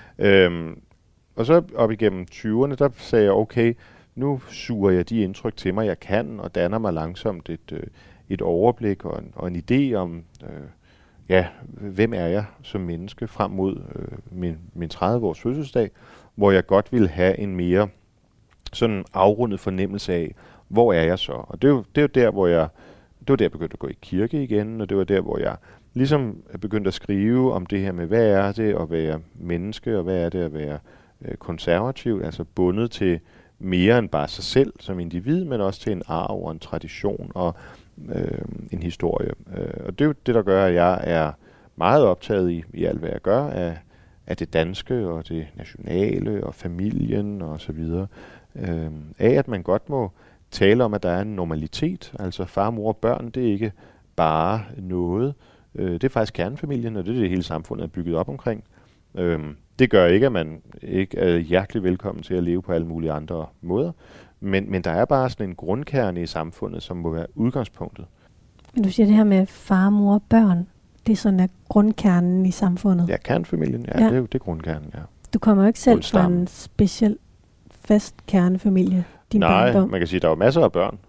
Øhm, og så op igennem tyverne, der sagde jeg, okay, nu suger jeg de indtryk til mig, jeg kan, og danner mig langsomt et, øh, et overblik og en, og en idé om, øh, ja, hvem er jeg som menneske frem mod øh, min, min tredive-års fødselsdag, hvor jeg godt ville have en mere sådan afrundet fornemmelse af, hvor er jeg så? Og det er jo, det er jo der, hvor jeg, det var der, jeg begyndte at gå i kirke igen, og det var der, hvor jeg ligesom begyndte at skrive om det her med, hvad er det at være menneske, og hvad er det at være øh, konservativ, altså bundet til mere end bare sig selv som individ, men også til en arv og en tradition og øh, en historie. Øh, og det er jo det, der gør, at jeg er meget optaget i, i alt, hvad jeg gør, af, af det danske og det nationale og familien og så videre. Øh, af at man godt må tale om, at der er en normalitet, altså far, mor og børn, det er ikke bare noget. Øh, det er faktisk kernefamilien, og det er det hele samfundet er bygget op omkring. Øh, Det gør ikke, at man ikke er hjertelig velkommen til at leve på alle mulige andre måder. Men, men der er bare sådan en grundkerne i samfundet, som må være udgangspunktet. Men du siger det her med far, mor og børn. Det er sådan at grundkernen i samfundet. Ja, kernefamilien. Ja, ja. Det er jo det er grundkernen, ja. Du kommer jo ikke selv fra en speciel fast kernefamilie, din Nej, barndom. man kan sige, at der er jo masser af børn.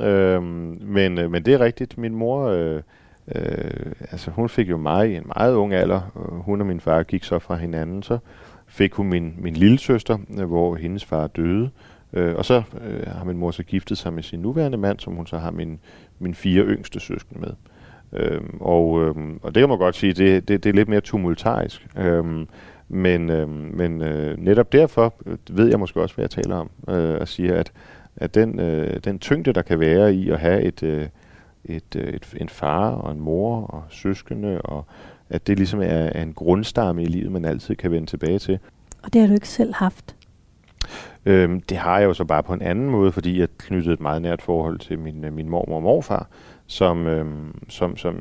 Øhm, men, men det er rigtigt. Min mor, øh, øh, altså hun fik jo mig i en meget ung alder. Hun og min far gik så fra hinanden. Så fik hun min, min lille søster, hvor hendes far døde. Øh, og så øh, har min mor så giftet sig med sin nuværende mand, som hun så har min, min fire yngste søskende med. Øhm, og, øhm, og det kan man godt sige, det, det, det er lidt mere tumultarisk. Øhm, men øhm, men øh, netop derfor ved jeg måske også, hvad jeg taler om, øh, og siger, at, at den, øh, den tyngde, der kan være i at have et, øh, et, øh, et, en far og en mor og søskende, og at det ligesom er, er en grundstamme i livet, man altid kan vende tilbage til. Og det har du ikke selv haft? Øhm, det har jeg jo så bare på en anden måde, fordi jeg knyttede et meget nært forhold til min, min mormor og morfar, som, øhm, som, som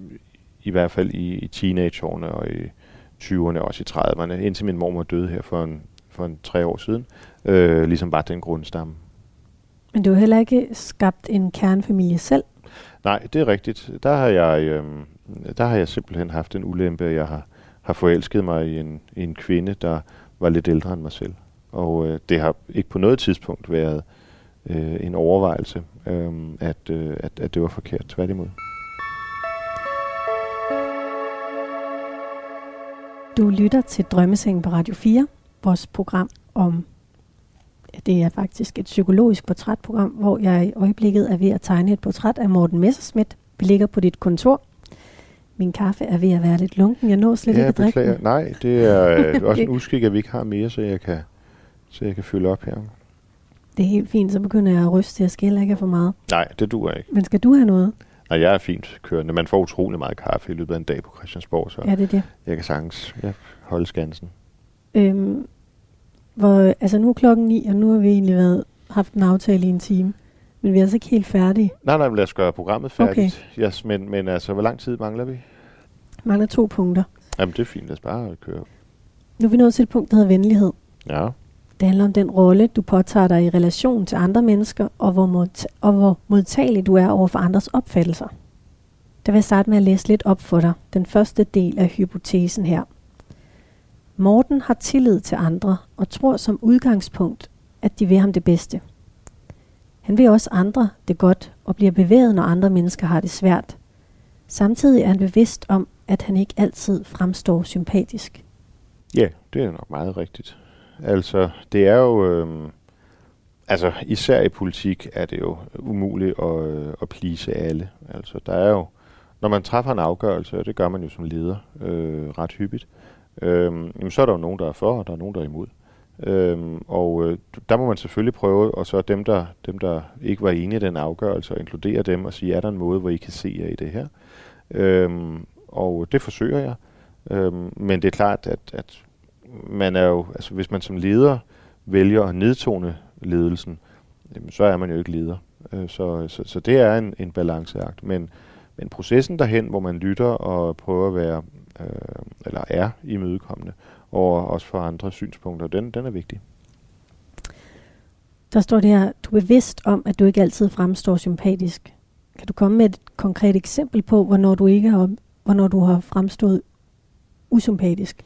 i hvert fald i, i teenageårene og i tyverne og også i trediverne, indtil min mormor døde her for en, for en tre år siden, øh, ligesom bare den grundstamme. Men du har heller ikke skabt en kernefamilie selv? Nej, det er rigtigt. Der har jeg, øhm, der har jeg simpelthen haft en ulempe, jeg har, har forelsket mig i en, i en kvinde, der var lidt ældre end mig selv. Og øh, det har ikke på noget tidspunkt været øh, en overvejelse, øh, at, øh, at, at det var forkert, tværtimod. Du lytter til Drømmesengen på Radio fire, vores program om, ja, det er faktisk et psykologisk portrætprogram, hvor jeg i øjeblikket er ved at tegne et portræt af Morten Messerschmidt. Vi ligger på dit kontor. Min kaffe er ved at være lidt lunken. Jeg når slet ja, ikke at drikke den. Nej, det er øh, okay. også en uskik, at vi ikke har mere, så jeg kan, så jeg kan fylde op her. Det er helt fint, så begynder jeg at ryste til at skille ikke for meget. Nej, det duer ikke. Men skal du have noget? Nej, jeg er fint kørende. Man får utrolig meget kaffe i løbet af en dag på Christiansborg, så ja, det er det. Jeg kan sagtens ja, holde skansen. Øhm, hvor, altså nu er klokken ni, og nu har vi egentlig været, haft en aftale i en time. Men vi er altså ikke helt færdige. Nej, nej, lad os gøre programmet færdigt. Okay. Yes, men, men altså, hvor lang tid mangler vi? Mangler to punkter. Jamen, det er fint. Lad os bare køre. Nu er vi nået til et punkt, der hedder venlighed. Ja. Det handler om den rolle, du påtager dig i relation til andre mennesker, og hvor, modta- og hvor modtagelig du er over for andres opfattelser. Der vil jeg starte med at læse lidt op for dig. Den første del af hypotesen her. Morten har tillid til andre, og tror som udgangspunkt, at de vil ham det bedste. Han vil også andre det godt, og bliver bevæget, når andre mennesker har det svært. Samtidig er han bevidst om, at han ikke altid fremstår sympatisk. Ja, det er nok meget rigtigt. Altså, det er jo... Øh, altså, især i politik er det jo umuligt at, øh, at please alle. Altså, der er jo... Når man træffer en afgørelse, og det gør man jo som leder øh, ret hyppigt, øh, jamen, så er der jo nogen, der er for, og der er nogen, der er imod. Øhm, og øh, der må man selvfølgelig prøve, og så dem der, dem, der ikke var enige i den afgørelse, og inkludere dem og sige, er der en måde, hvor I kan se jer i det her? Øhm, og det forsøger jeg. Øhm, men det er klart, at, at man er jo, altså hvis man som leder vælger at nedtone ledelsen, jamen, så er man jo ikke leder. Øh, så, så, så det er en, en balanceakt. Men, men processen derhen, hvor man lytter og prøver at være, øh, eller er imødekommende, og også for andre synspunkter, den, den er vigtig. Der står det her, du er bevidst om, at du ikke altid fremstår sympatisk. Kan du komme med et konkret eksempel på, hvornår du ikke har, hvornår du har fremstået usympatisk?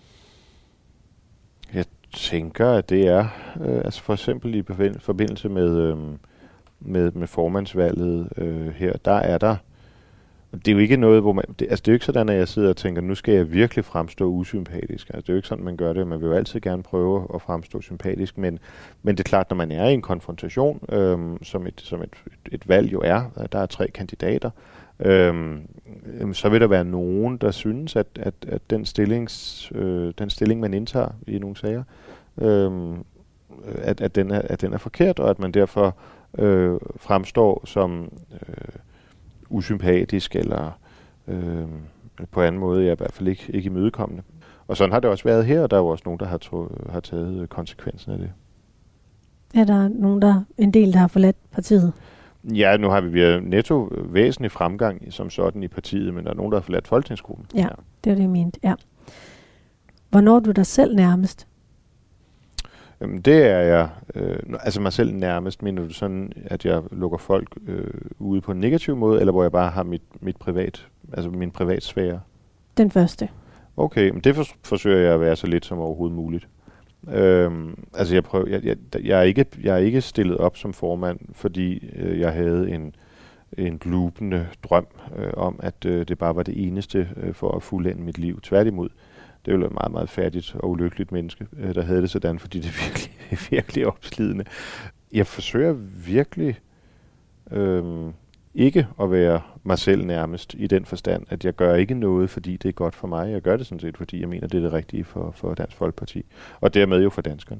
Jeg tænker, at det er, øh, altså for eksempel i forbindelse med, øh, med, med formandsvalget øh, her, der er der, det er jo ikke noget, hvor man, det, altså det er jo ikke sådan, at jeg sidder og tænker, nu skal jeg virkelig fremstå usympatisk. Altså det er jo ikke sådan, man gør det. Man vil jo altid gerne prøve at fremstå sympatisk, men, men det er klart, når man er i en konfrontation, øhm, som, et, som et, et, et valg jo er, der er tre kandidater, øhm, så vil der være nogen, der synes, at, at, at den, stillings, øh, den stilling, man indtager i nogle sager, øh, at, at, den er, at den er forkert, og at man derfor øh, fremstår som øh, usympatisk, eller øh, på anden måde, jeg er i hvert fald ikke, ikke imødekommende. Og sådan har det også været her, og der er jo også nogen, der har, tro, har taget konsekvensen af det. Er der nogen, der en del, der har forladt partiet? Ja, nu har vi, vi har netto væsentlig fremgang som sådan i partiet, men der er nogen, der har forladt folketingsgruppen. Ja, ja. Det er det, jeg mente. Ja. Hvornår er du dig selv nærmest? Jamen, det er jeg, øh, altså mig selv nærmest, mener du sådan, at jeg lukker folk øh, ude på en negativ måde, eller hvor jeg bare har mit, mit privat, altså min privatsfære? Den første. Okay, men det for, forsøger jeg at være så lidt som overhovedet muligt. Øhm, altså jeg prøver, jeg, jeg, jeg, er ikke, jeg er ikke stillet op som formand, fordi øh, jeg havde en, en glubende drøm øh, om, at øh, det bare var det eneste øh, for at fuldende mit liv. Tværtimod, det er jo et meget, meget fattigt og ulykkeligt menneske, øh, der havde det sådan, fordi det er virkelig, virkelig opslidende. Jeg forsøger virkelig øh, ikke at være mig selv nærmest i den forstand, at jeg gør ikke noget, fordi det er godt for mig. Jeg gør det sådan set, fordi jeg mener, det er det rigtige for, for Dansk Folkeparti, og dermed jo for danskerne.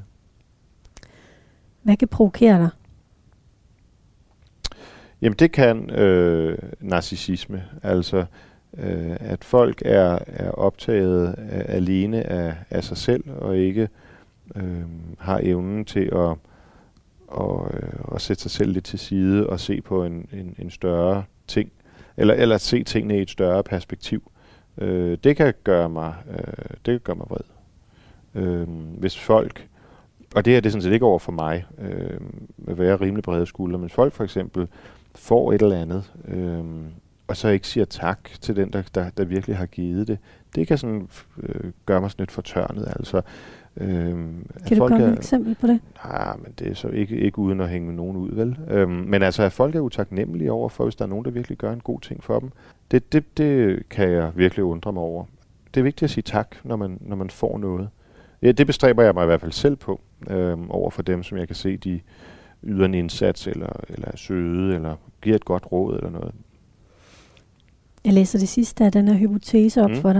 Hvad kan provokere dig? Jamen det kan øh, narcissisme, altså øh, at folk er, er optaget af, alene af, af sig selv, og ikke øh, har evnen til at, og, øh, at sætte sig selv lidt til side og se på en, en, en større ting, eller, eller se tingene i et større perspektiv. Øh, det kan gøre mig, øh, det kan gøre mig vred. Øh, hvis folk, og det her det er sådan set ikke over for mig, øh, at være rimelig brede skuldre, men folk for eksempel får et eller andet, øh, og så ikke siger tak til den, der, der, der virkelig har givet det, det kan sådan øh, gøre mig sådan lidt fortørnet. Altså, øh, kan du komme et eksempel på det? Nej, men det er så ikke, ikke uden at hænge nogen ud, vel? Øh, men altså, at folk er utaknemmelige over for, hvis der er nogen, der virkelig gør en god ting for dem, det, det, det kan jeg virkelig undre mig over. Det er vigtigt at sige tak, når man, når man får noget. Ja, det bestræber jeg mig i hvert fald selv på, øh, over for dem, som jeg kan se, de yder en indsats, eller, eller er søde, eller giver et godt råd, eller noget. Jeg læser det sidste af den her hypotese op mm. for dig.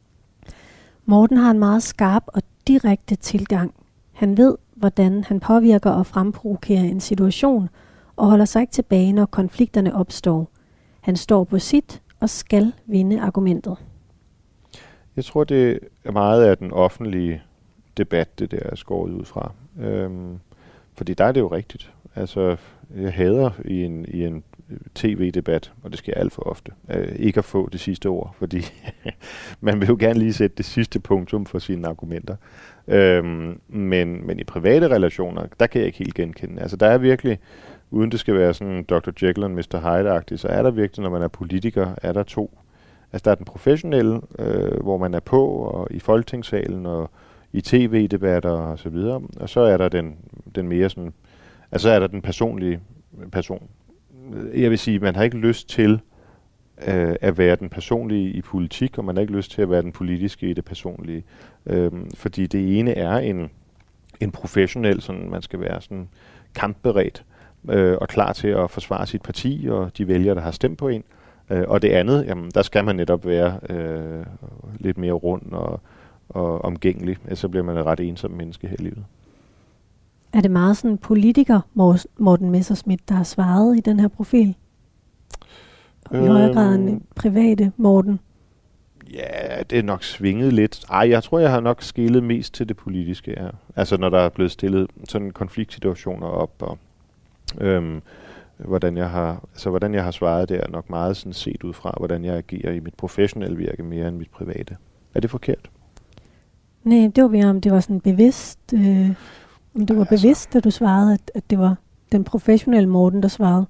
Morten har en meget skarp og direkte tilgang. Han ved, hvordan han påvirker og fremprovokerer en situation, og holder sig ikke tilbage, når konflikterne opstår. Han står på sit og skal vinde argumentet. Jeg tror, det er meget af den offentlige debat, det der er skåret ud fra. Øhm, fordi der er det jo rigtigt. Altså, jeg hader i en, i en tv-debat, og det sker alt for ofte, øh, ikke at få det sidste ord, fordi man vil jo gerne lige sætte det sidste punktum for sine argumenter. Øhm, men, men i private relationer, der kan jeg ikke helt genkende. Altså, der er virkelig, uden det skal være sådan doktor Jekyll og mister Hyde-agtigt, så er der virkelig, når man er politiker, er der to. Altså, der er den professionelle, øh, hvor man er på, og i folketingssalen, og i tv-debatter og så videre. Og så er der den, den mere sådan, altså er der den personlige person. Jeg vil sige, man har ikke lyst til øh, at være den personlige i politik, og man har ikke lyst til at være den politiske i det personlige. Øhm, fordi det ene er en, en professionel, sådan man skal være sådan kampberedt øh, og klar til at forsvare sit parti og de vælgere, der har stemt på en. Øh, og det andet, jamen, der skal man netop være øh, lidt mere rund og, og omgængelig, så bliver man et ret ensom menneske her i livet. Er det meget sådan politiker, Morten Messerschmidt, der har svaret i den her profil? I øh, højere grad end private, Morten? Ja, det er nok svinget lidt. Ej, jeg tror, jeg har nok skelet mest til det politiske, ja. Altså, når der er blevet stillet sådan konfliktsituationer op, og øhm, hvordan jeg har, altså, hvordan jeg har svaret, det er nok meget sådan set ud fra, hvordan jeg agerer i mit professionelle virke mere end mit private. Er det forkert? Nej, det var mere om det var sådan bevidst, øh, om det var altså, bevidst, da du svarede, at, at det var den professionelle Morten, der svarede.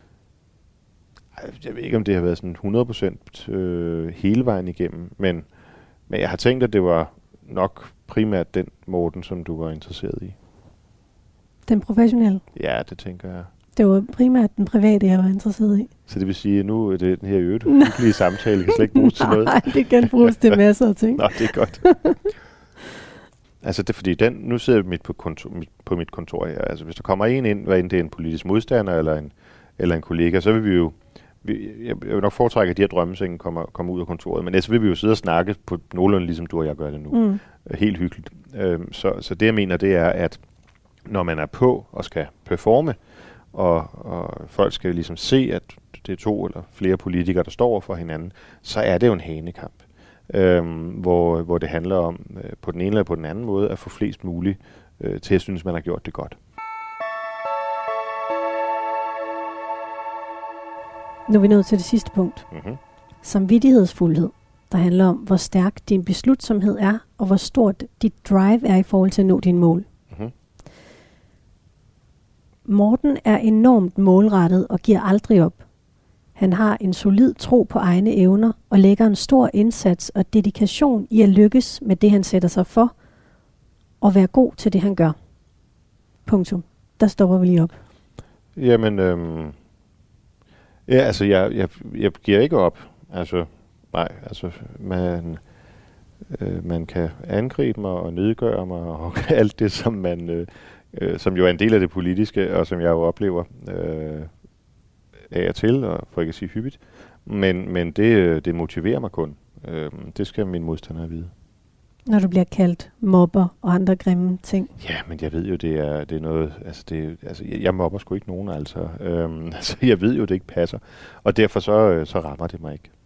Jeg ved ikke, om det har været sådan hundrede procent øh, hele vejen igennem, men, men jeg har tænkt, at det var nok primært den Morten, som du var interesseret i. Den professionelle? Ja, det tænker jeg. Det var primært den private, jeg var interesseret i. Så det vil sige, at nu er det den her øvrigt hyggelige samtale, kan slet ikke bruges til noget? Nej, det kan bruges til masser af ting. Nå, det er godt. Altså, det er fordi, den, nu sidder jeg midt på, kontor, mit, på mit kontor her. Altså, hvis der kommer en ind, hvad end det er en politisk modstander eller en, eller en kollega, så vil vi jo Jeg vil nok foretrække, at de her drømmesenge kommer, kommer ud af kontoret, men ellers vil vi jo sidde og snakke på nogenlunde, ligesom du og jeg gør det nu. Mm. Helt hyggeligt. Øhm, så, så det, jeg mener, det er, at når man er på og skal performe, og, og folk skal ligesom se, at det er to eller flere politikere, der står over for hinanden, så er det jo en hanekamp, øhm, hvor, hvor det handler om, øh, på den ene eller på den anden måde, at få flest muligt øh, til at synes, man har gjort det godt. Nu er vi nået til det sidste punkt. Mm-hmm. Samvittighedsfuldhed, der handler om, hvor stærk din beslutsomhed er, og hvor stort dit drive er i forhold til at nå dine mål. Mm-hmm. Morten er enormt målrettet og giver aldrig op. Han har en solid tro på egne evner og lægger en stor indsats og dedikation i at lykkes med det, han sætter sig for, og være god til det, han gør. Punktum. Der stopper vi lige op. Jamen, øhm Ja, altså, jeg, jeg, jeg giver ikke op. Altså, nej, altså, man, øh, man kan angribe mig og nedgøre mig og alt det, som man, øh, øh, som jo er en del af det politiske, og som jeg jo oplever øh, af og til, og for ikke at sige hyppigt. Men, men det, det motiverer mig kun. Øh, det skal min modstander vide. Når du bliver kaldt mobber og andre grimme ting? Ja, men jeg ved jo, det er, det er noget... Altså, det, altså jeg, jeg mobber sgu ikke nogen, altså. Øhm, altså. Jeg ved jo, det ikke passer. Og derfor så, så rammer det mig ikke.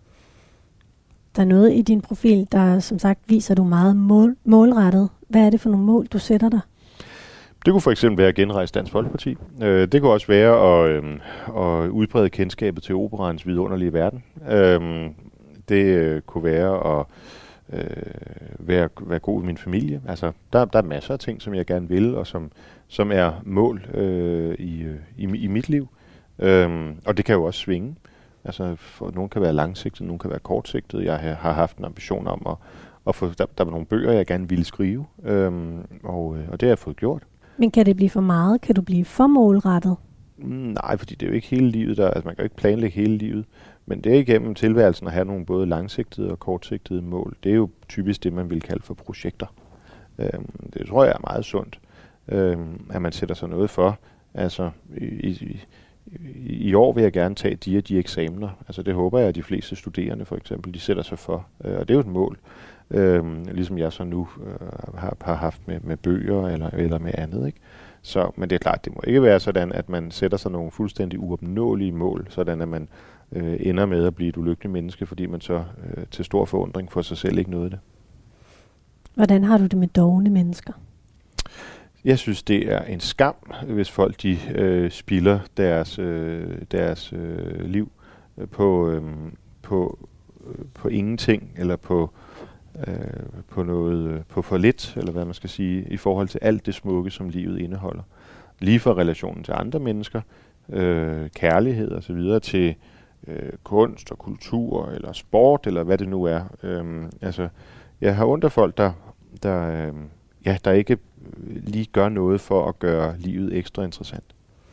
Der er noget i din profil, der som sagt viser du meget mål, målrettet. Hvad er det for nogle mål, du sætter dig? Det kunne for eksempel være at genrejse Dansk Folkeparti. Øh, det kunne også være at, øh, at udbrede kendskabet til operaens vidunderlige verden. Øh, det øh, kunne være at... Øh, være, være god i min familie. Altså, der, der er masser af ting, som jeg gerne vil, og som, som er mål øh, i, i, i mit liv. Øhm, og det kan jo også svinge. Altså, for, nogle kan være langsigtet, nogle kan være kortsigtet. Jeg har, har haft en ambition om at, at få... Der, der var nogle bøger, jeg gerne ville skrive, øhm, og, og det har jeg fået gjort. Men kan det blive for meget? Kan du blive for målrettet? Nej, fordi det er jo ikke hele livet. Der, altså, man kan jo ikke planlægge hele livet. Men det er igennem tilværelsen at have nogle både langsigtede og kortsigtede mål. Det er jo typisk det, man vil kalde for projekter. Øhm, det tror jeg er meget sundt, øhm, at man sætter sig noget for. Altså, i, i, i år vil jeg gerne tage de og de eksamener. Altså, det håber jeg, at de fleste studerende for eksempel, de sætter sig for. Øh, og det er jo et mål, øhm, ligesom jeg så nu øh, har, har haft med, med bøger eller, eller med andet, ikke? Så, men det er klart, det må ikke være sådan, at man sætter sig nogle fuldstændig uopnåelige mål, sådan at man øh, ender med at blive et ulykkeligt menneske, fordi man så øh, til stor forundring for sig selv ikke nåede det. Hvordan har du det med dovne mennesker? Jeg synes, det er en skam, hvis folk de øh, spilder deres, øh, deres øh, liv på, øh, på, øh, på ingenting, eller på, øh, på noget øh, på for lidt, eller hvad man skal sige, i forhold til alt det smukke, som livet indeholder. Lige fra relationen til andre mennesker, øh, kærlighed og så videre, til øh, kunst og kultur, eller sport, eller hvad det nu er. Øh, altså, jeg har ondt af folk, der, der, øh, ja, der ikke lige gør noget for at gøre livet ekstra interessant.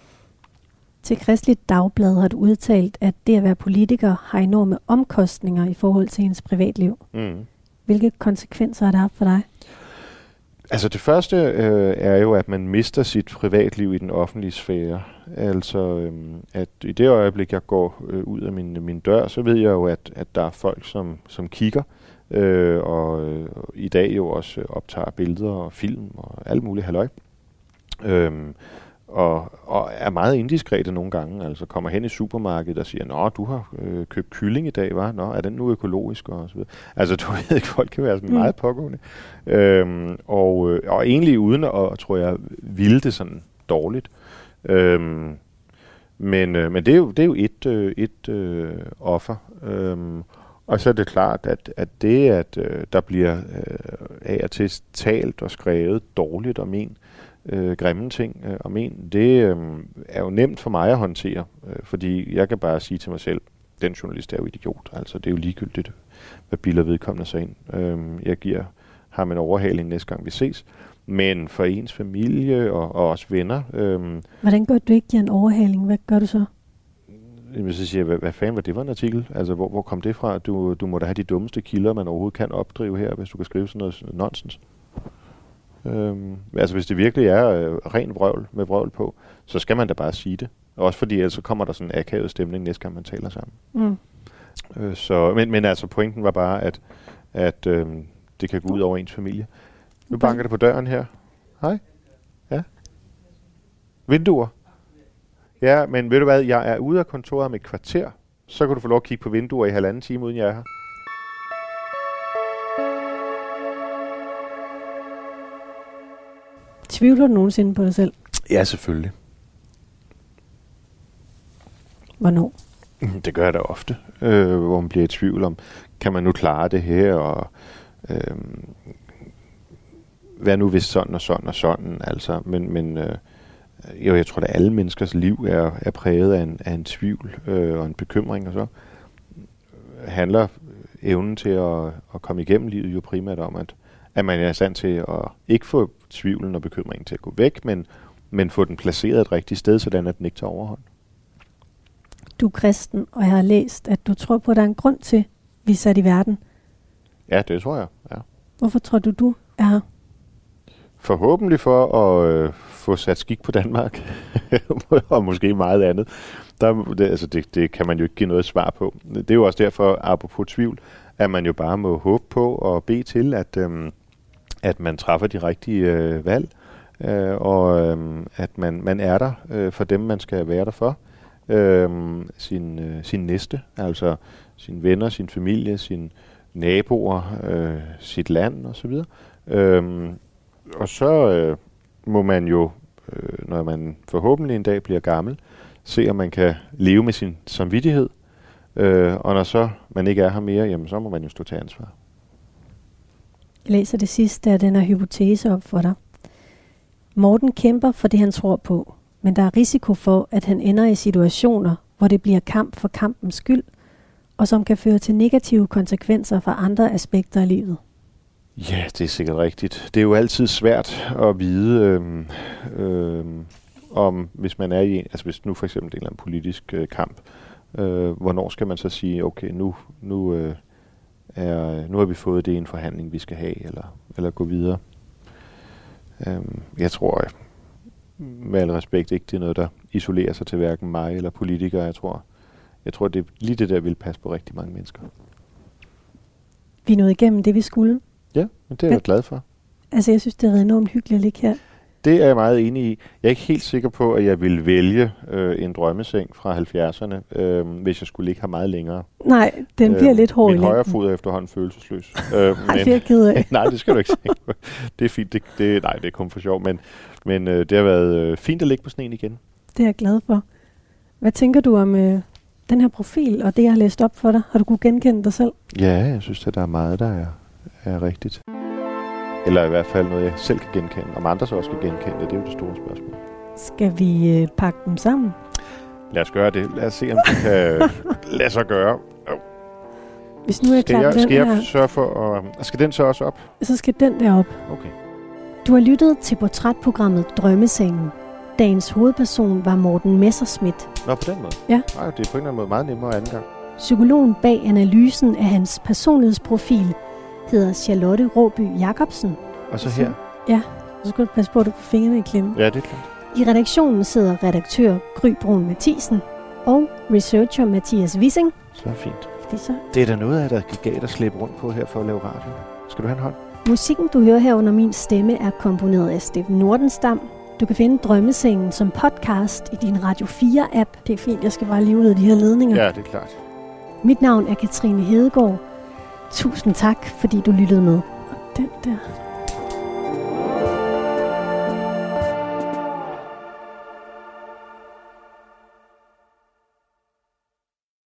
Til Kristeligt Dagblad har du udtalt, at det at være politiker har enorme omkostninger i forhold til ens privatliv. Mm. Hvilke konsekvenser er der for dig? Altså det første øh, er jo, at man mister sit privatliv i den offentlige sfære. Altså øh, at i det øjeblik, jeg går øh, ud af min, min dør, så ved jeg jo, at, at der er folk, som, som kigger. Øh, og øh, i dag jo også optager billeder og film og alt muligt halløj. Øh, og, og er meget indiskrete nogle gange. Altså kommer hen i supermarkedet og siger, nå, du har øh, købt kylling i dag, hva'? Nå, er den nu økologisk? Og så videre. Altså, du ved ikke, folk kan være sådan mm. meget pågående. Øhm, og, øh, og egentlig uden at, tror jeg, ville det sådan dårligt. Øhm, men, øh, men det er jo, det er jo et, øh, et øh, offer. Øhm, og så er det klart, at, at det, at øh, der bliver øh, af og til talt og skrevet dårligt om en, øh, grimme ting øh, om en, det øh, er jo nemt for mig at håndtere, øh, fordi jeg kan bare sige til mig selv, den journalist er jo idiot, altså det er jo ligegyldigt, hvad bilder vedkommende sig ind. Øh, jeg giver ham en overhaling næste gang vi ses, men for ens familie og, og også venner. Øh, Hvordan gør du ikke giver en overhaling? Hvad gør du så? Hvis jeg siger, hvad, hvad fanden var det for en artikel? Altså, hvor, hvor kom det fra? Du, du må da have de dummeste kilder, man overhovedet kan opdrive her, hvis du kan skrive sådan noget nonsens. Øhm, altså, hvis det virkelig er øh, ren vrøvl med vrøvl på, så skal man da bare sige det. Også fordi, ellers så kommer der sådan en akavet stemning næste gang, man taler sammen. Mm. Øh, så, men, men altså, pointen var bare, at, at øh, det kan gå ud over ens familie. Nu banker det på døren her. Hej. Ja. Vinduer. Ja, men ved du hvad, jeg er ude af kontoret om et kvarter, så kan du få lov at kigge på vinduer i halvanden time, uden jeg er her. Tvivler du nogensinde på dig selv? Ja, selvfølgelig. Hvornår? Det gør jeg da ofte, øh, hvor man bliver i tvivl om, kan man nu klare det her, og øh, hvad nu hvis sådan og sådan og sådan, altså, men, men øh, jo, jeg tror, at alle menneskers liv er, er præget af en, af en tvivl øh, og en bekymring, og så handler evnen til at, at komme igennem livet jo primært om, at, at man er i stand til at ikke få tvivlen og bekymringen til at gå væk, men, men få den placeret et rigtigt sted, sådan at den ikke tager overhånd. Du er kristen, og jeg har læst, at du tror på, at der er en grund til, at vi er sat i verden. Ja, det tror jeg, ja. Hvorfor tror du, du er her? Forhåbentlig for at øh, få sat skik på Danmark, og måske meget andet. Der, det, altså det, det kan man jo ikke give noget svar på. Det er jo også derfor, apropos tvivl, at man jo bare må håbe på og bede til, at, øh, at man træffer de rigtige øh, valg, øh, og øh, at man, man er der øh, for dem, man skal være der for. Øh, sin, øh, sin næste, altså sine venner, sin familie, sine naboer, øh, sit land osv. Øh, Og så øh, må man jo, øh, når man forhåbentlig en dag bliver gammel, se om man kan leve med sin samvittighed. Øh, og når så man ikke er her mere, jamen så må man jo stå til ansvar. Jeg læser det sidste af den her hypotese op for dig. Morten kæmper for det, han tror på, men der er risiko for, at han ender i situationer, hvor det bliver kamp for kampens skyld, og som kan føre til negative konsekvenser for andre aspekter af livet. Ja, det er sikkert rigtigt. Det er jo altid svært at vide, øh, øh, om hvis man er i, altså hvis nu for eksempel det er en politisk øh, kamp, øh, hvornår skal man så sige, okay, nu, nu, øh, er, nu har vi fået det i en forhandling, vi skal have, eller, eller gå videre. Øh, jeg tror, med al respekt, ikke det er noget, der isolerer sig til hverken mig eller politikere. Jeg tror, jeg tror det lige det der vil passe på rigtig mange mennesker. Vi nåede igennem det, vi skulle. Ja, men det er jeg men, glad for. Altså, jeg synes, det er enormt hyggeligt at ligge her. Det er jeg meget enig i. Jeg er ikke helt sikker på, at jeg vil vælge øh, en drømmeseng fra halvfjerdserne, øh, hvis jeg skulle ligge her meget længere. Nej, den bliver øh, lidt hård i Min højre fod er efterhånden følelsesløs. øh, Ej, men, det er jeg ked af. Nej, det skal du ikke tænke på. Det er fint. Det, det, nej, det er kun for sjov, men, men øh, det har været øh, fint at ligge på sneen igen. Det er jeg glad for. Hvad tænker du om øh, den her profil, og det, jeg har læst op for dig? Har du kunne genkende dig selv? Ja, jeg synes, at der er meget, der er, er rigtigt. Eller i hvert fald noget, jeg selv kan genkende. Om andre så også kan genkende det, det er jo det store spørgsmål. Skal vi øh, pakke dem sammen? Lad os gøre det. Lad os se, om det kan lade sig gøre. Oh. Hvis nu er skal klar, jeg, den skal jeg her... sørge for at... Skal den så også op? Så skal den der op. Okay. Du har lyttet til portrætprogrammet Drømmesengen. Dagens hovedperson var Morten Messerschmidt. Nå, på den måde? Ja. Ej, det er på en eller anden måde meget nemmere anden gang. Psykologen bag analysen af hans personlighedsprofil hedder Charlotte Råby Jacobsen. Og så her? Ja, så skal du passe på, at du får fingrene i klemme. Ja, det er klart. I redaktionen sidder redaktør Gry Brun Mathisen og researcher Mathias Wissing. Så fint. Det er, så. Det er da noget af, der kan galt at slæbe rundt på her for at lave radio. Skal du have en hånd? Musikken, du hører her under min stemme, er komponeret af Steffen Nordenstam. Du kan finde Drømmesengen som podcast i din Radio fire-app. Det er fint, jeg skal bare lige ud af de her ledninger. Ja, det er klart. Mit navn er Katrine Hedegaard. Tusind tak, fordi du lyttede med. Og den der...